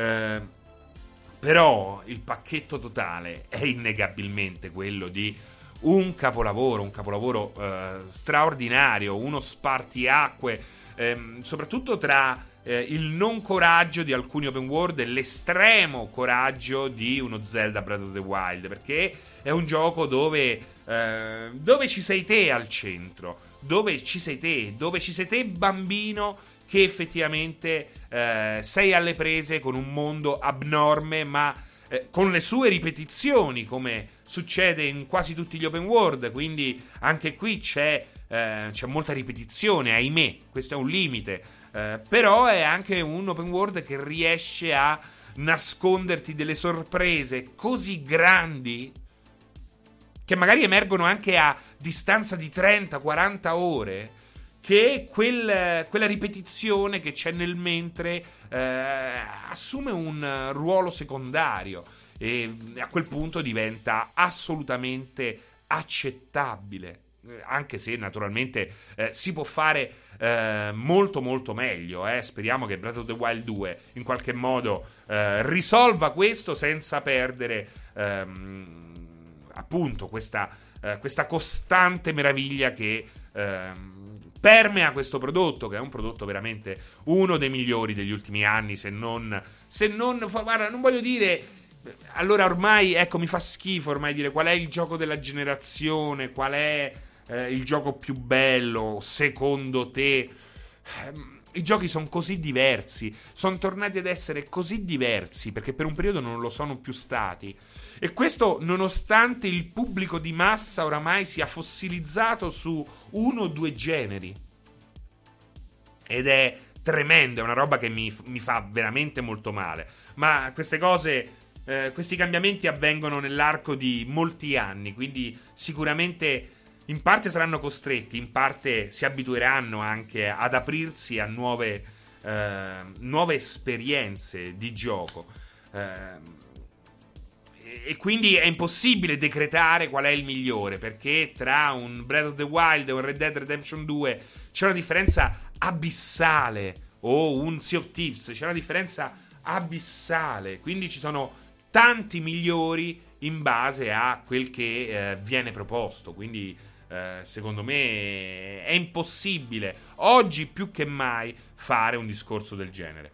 Però il pacchetto totale è innegabilmente quello di un capolavoro straordinario, uno spartiacque, soprattutto tra il non coraggio di alcuni open world e l'estremo coraggio di uno Zelda Breath of the Wild, perché è un gioco dove ci sei te al centro, dove ci sei te bambino, che effettivamente sei alle prese con un mondo abnorme, ma con le sue ripetizioni, come succede in quasi tutti gli open world. Quindi anche qui c'è molta ripetizione, ahimè, questo è un limite, però è anche un open world che riesce a nasconderti delle sorprese così grandi che magari emergono anche a distanza di 30-40 ore, che quella ripetizione che c'è nel mentre assume un ruolo secondario e a quel punto diventa assolutamente accettabile, anche se naturalmente si può fare molto molto meglio. Speriamo che Breath of the Wild 2 in qualche modo risolva questo senza perdere appunto questa costante meraviglia che permea questo prodotto, che è un prodotto veramente uno dei migliori degli ultimi anni, se non guarda, non voglio dire, allora ormai, ecco, mi fa schifo ormai dire qual è il gioco della generazione, qual è il gioco più bello secondo te. I giochi sono così diversi, sono tornati ad essere così diversi perché per un periodo non lo sono più stati, e questo nonostante il pubblico di massa oramai sia fossilizzato su uno o due generi, ed è tremendo, è una roba che mi fa veramente molto male. Ma queste cose, questi cambiamenti avvengono nell'arco di molti anni, quindi sicuramente in parte saranno costretti, in parte si abitueranno anche ad aprirsi a nuove esperienze di gioco, e quindi è impossibile decretare qual è il migliore, perché tra un Breath of the Wild e un Red Dead Redemption 2 c'è una differenza abissale, o un Sea of Thieves, c'è una differenza abissale, quindi ci sono tanti migliori in base a quel che viene proposto. Quindi secondo me è impossibile oggi più che mai fare un discorso del genere.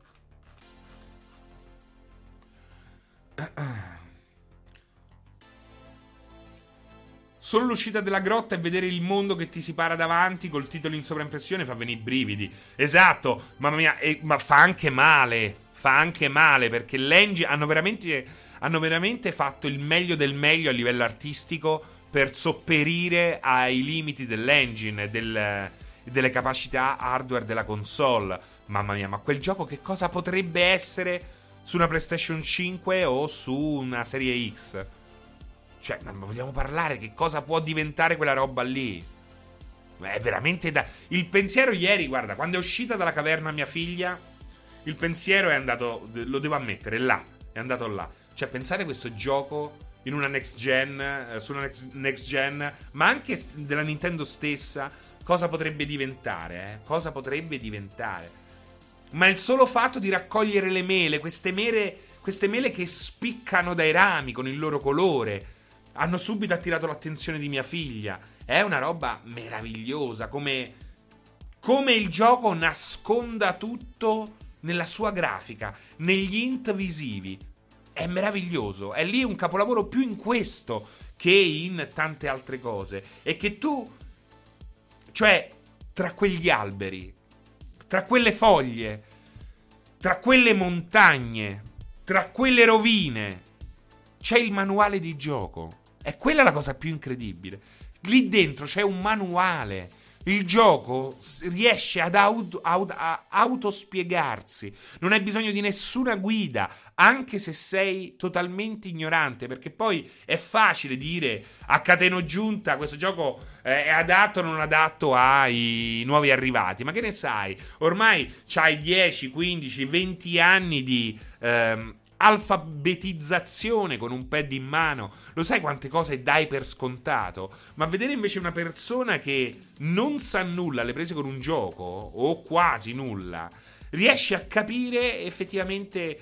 Solo l'uscita della grotta e vedere il mondo che ti si para davanti col titolo in sovraimpressione fa venire i brividi. Esatto, mamma mia, ma fa anche male. Fa anche male perché l'engine hanno veramente fatto il meglio del meglio a livello artistico per sopperire ai limiti dell'engine e delle capacità hardware della console. Mamma mia, ma quel gioco che cosa potrebbe essere su una PlayStation 5 o su una serie X? Cioè, ma vogliamo parlare che cosa può diventare quella roba lì? È veramente da... Il pensiero ieri, guarda, quando è uscita dalla caverna mia figlia, il pensiero è andato, lo devo ammettere, là, è andato là. Cioè, pensare questo gioco in una next gen, su una next gen, ma anche della Nintendo stessa, cosa potrebbe diventare, Cosa potrebbe diventare? Ma il solo fatto di raccogliere le mele, queste mele che spiccano dai rami con il loro colore, hanno subito attirato l'attenzione di mia figlia. È una roba meravigliosa, come il gioco nasconda tutto nella sua grafica, negli int visivi. È meraviglioso, è lì un capolavoro più in questo che in tante altre cose. E che tu, cioè, tra quegli alberi, tra quelle foglie, tra quelle montagne, tra quelle rovine, c'è il manuale di gioco. È quella la cosa più incredibile. Lì dentro c'è un manuale. Il gioco riesce ad autospiegarsi. Non hai bisogno di nessuna guida, anche se sei totalmente ignorante, perché poi è facile dire a cateno giunta questo gioco è adatto o non adatto ai nuovi arrivati. Ma che ne sai? Ormai c'hai 10, 15, 20 anni di alfabetizzazione con un pad in mano. Lo sai quante cose dai per scontato? Ma vedere invece una persona che non sa nulla alle prese con un gioco, o quasi nulla, riesce a capire effettivamente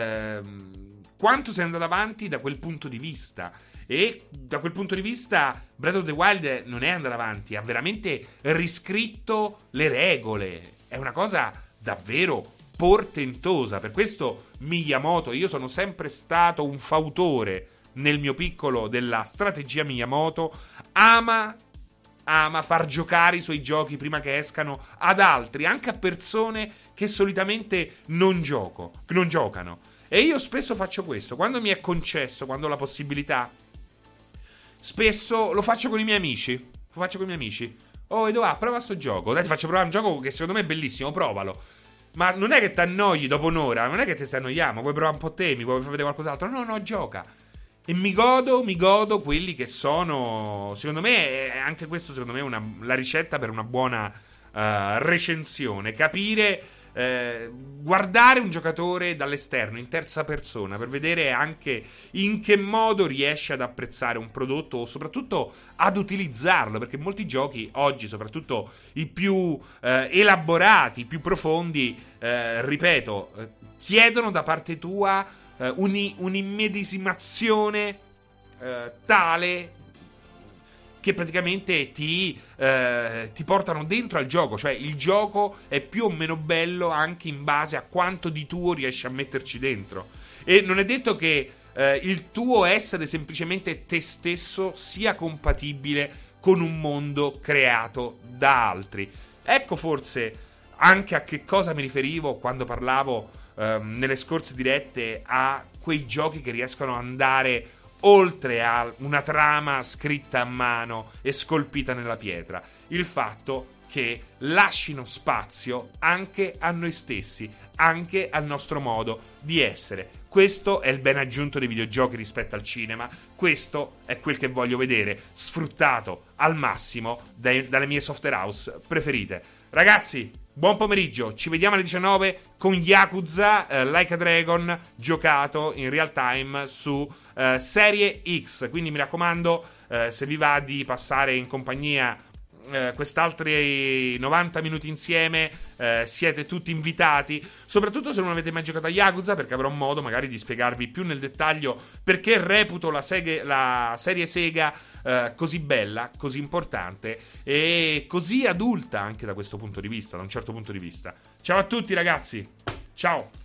quanto sei andato avanti da quel punto di vista. E da quel punto di vista Breath of the Wild non è andato avanti, ha veramente riscritto le regole. È una cosa davvero portentosa. Per questo Miyamoto, io sono sempre stato un fautore nel mio piccolo della strategia Miyamoto, ama far giocare i suoi giochi prima che escano ad altri, anche a persone che solitamente non giocano. E io spesso faccio questo, quando mi è concesso, quando ho la possibilità, spesso lo faccio con i miei amici. Oh, Edo, prova sto gioco. Dai, ti faccio provare un gioco che secondo me è bellissimo, provalo. Ma non è che ti annoi dopo un'ora, non è che ti stai annoiando, vuoi provare un po' te, mi vuoi far vedere qualcos'altro? No, gioca. E mi godo quelli che sono, secondo me, anche questo secondo me è la ricetta per una buona recensione. Capire, guardare un giocatore dall'esterno, in terza persona, per vedere anche in che modo riesce ad apprezzare un prodotto o soprattutto ad utilizzarlo, perché molti giochi oggi, soprattutto i più elaborati, i più profondi, ripeto, chiedono da parte tua un'immedesimazione tale che praticamente ti portano dentro al gioco. Cioè il gioco è più o meno bello anche in base a quanto di tuo riesci a metterci dentro. E non è detto che il tuo essere semplicemente te stesso sia compatibile con un mondo creato da altri. Ecco forse anche a che cosa mi riferivo quando parlavo nelle scorse dirette a quei giochi che riescono ad andare oltre a una trama scritta a mano e scolpita nella pietra. Il fatto che lasciano spazio anche a noi stessi, anche al nostro modo di essere. Questo è il ben aggiunto dei videogiochi rispetto al cinema. Questo è quel che voglio vedere sfruttato al massimo dalle mie software house preferite. Ragazzi, buon pomeriggio, ci vediamo alle 19 con Yakuza Like a Dragon, giocato in real time su Serie X. Quindi mi raccomando, se vi va di passare in compagnia quest'altri 90 minuti insieme, siete tutti invitati, soprattutto se non avete mai giocato a Yakuza, perché avrò modo magari di spiegarvi più nel dettaglio perché reputo la serie Sega così bella, così importante e così adulta anche da questo punto di vista, da un certo punto di vista. Ciao a tutti ragazzi, ciao.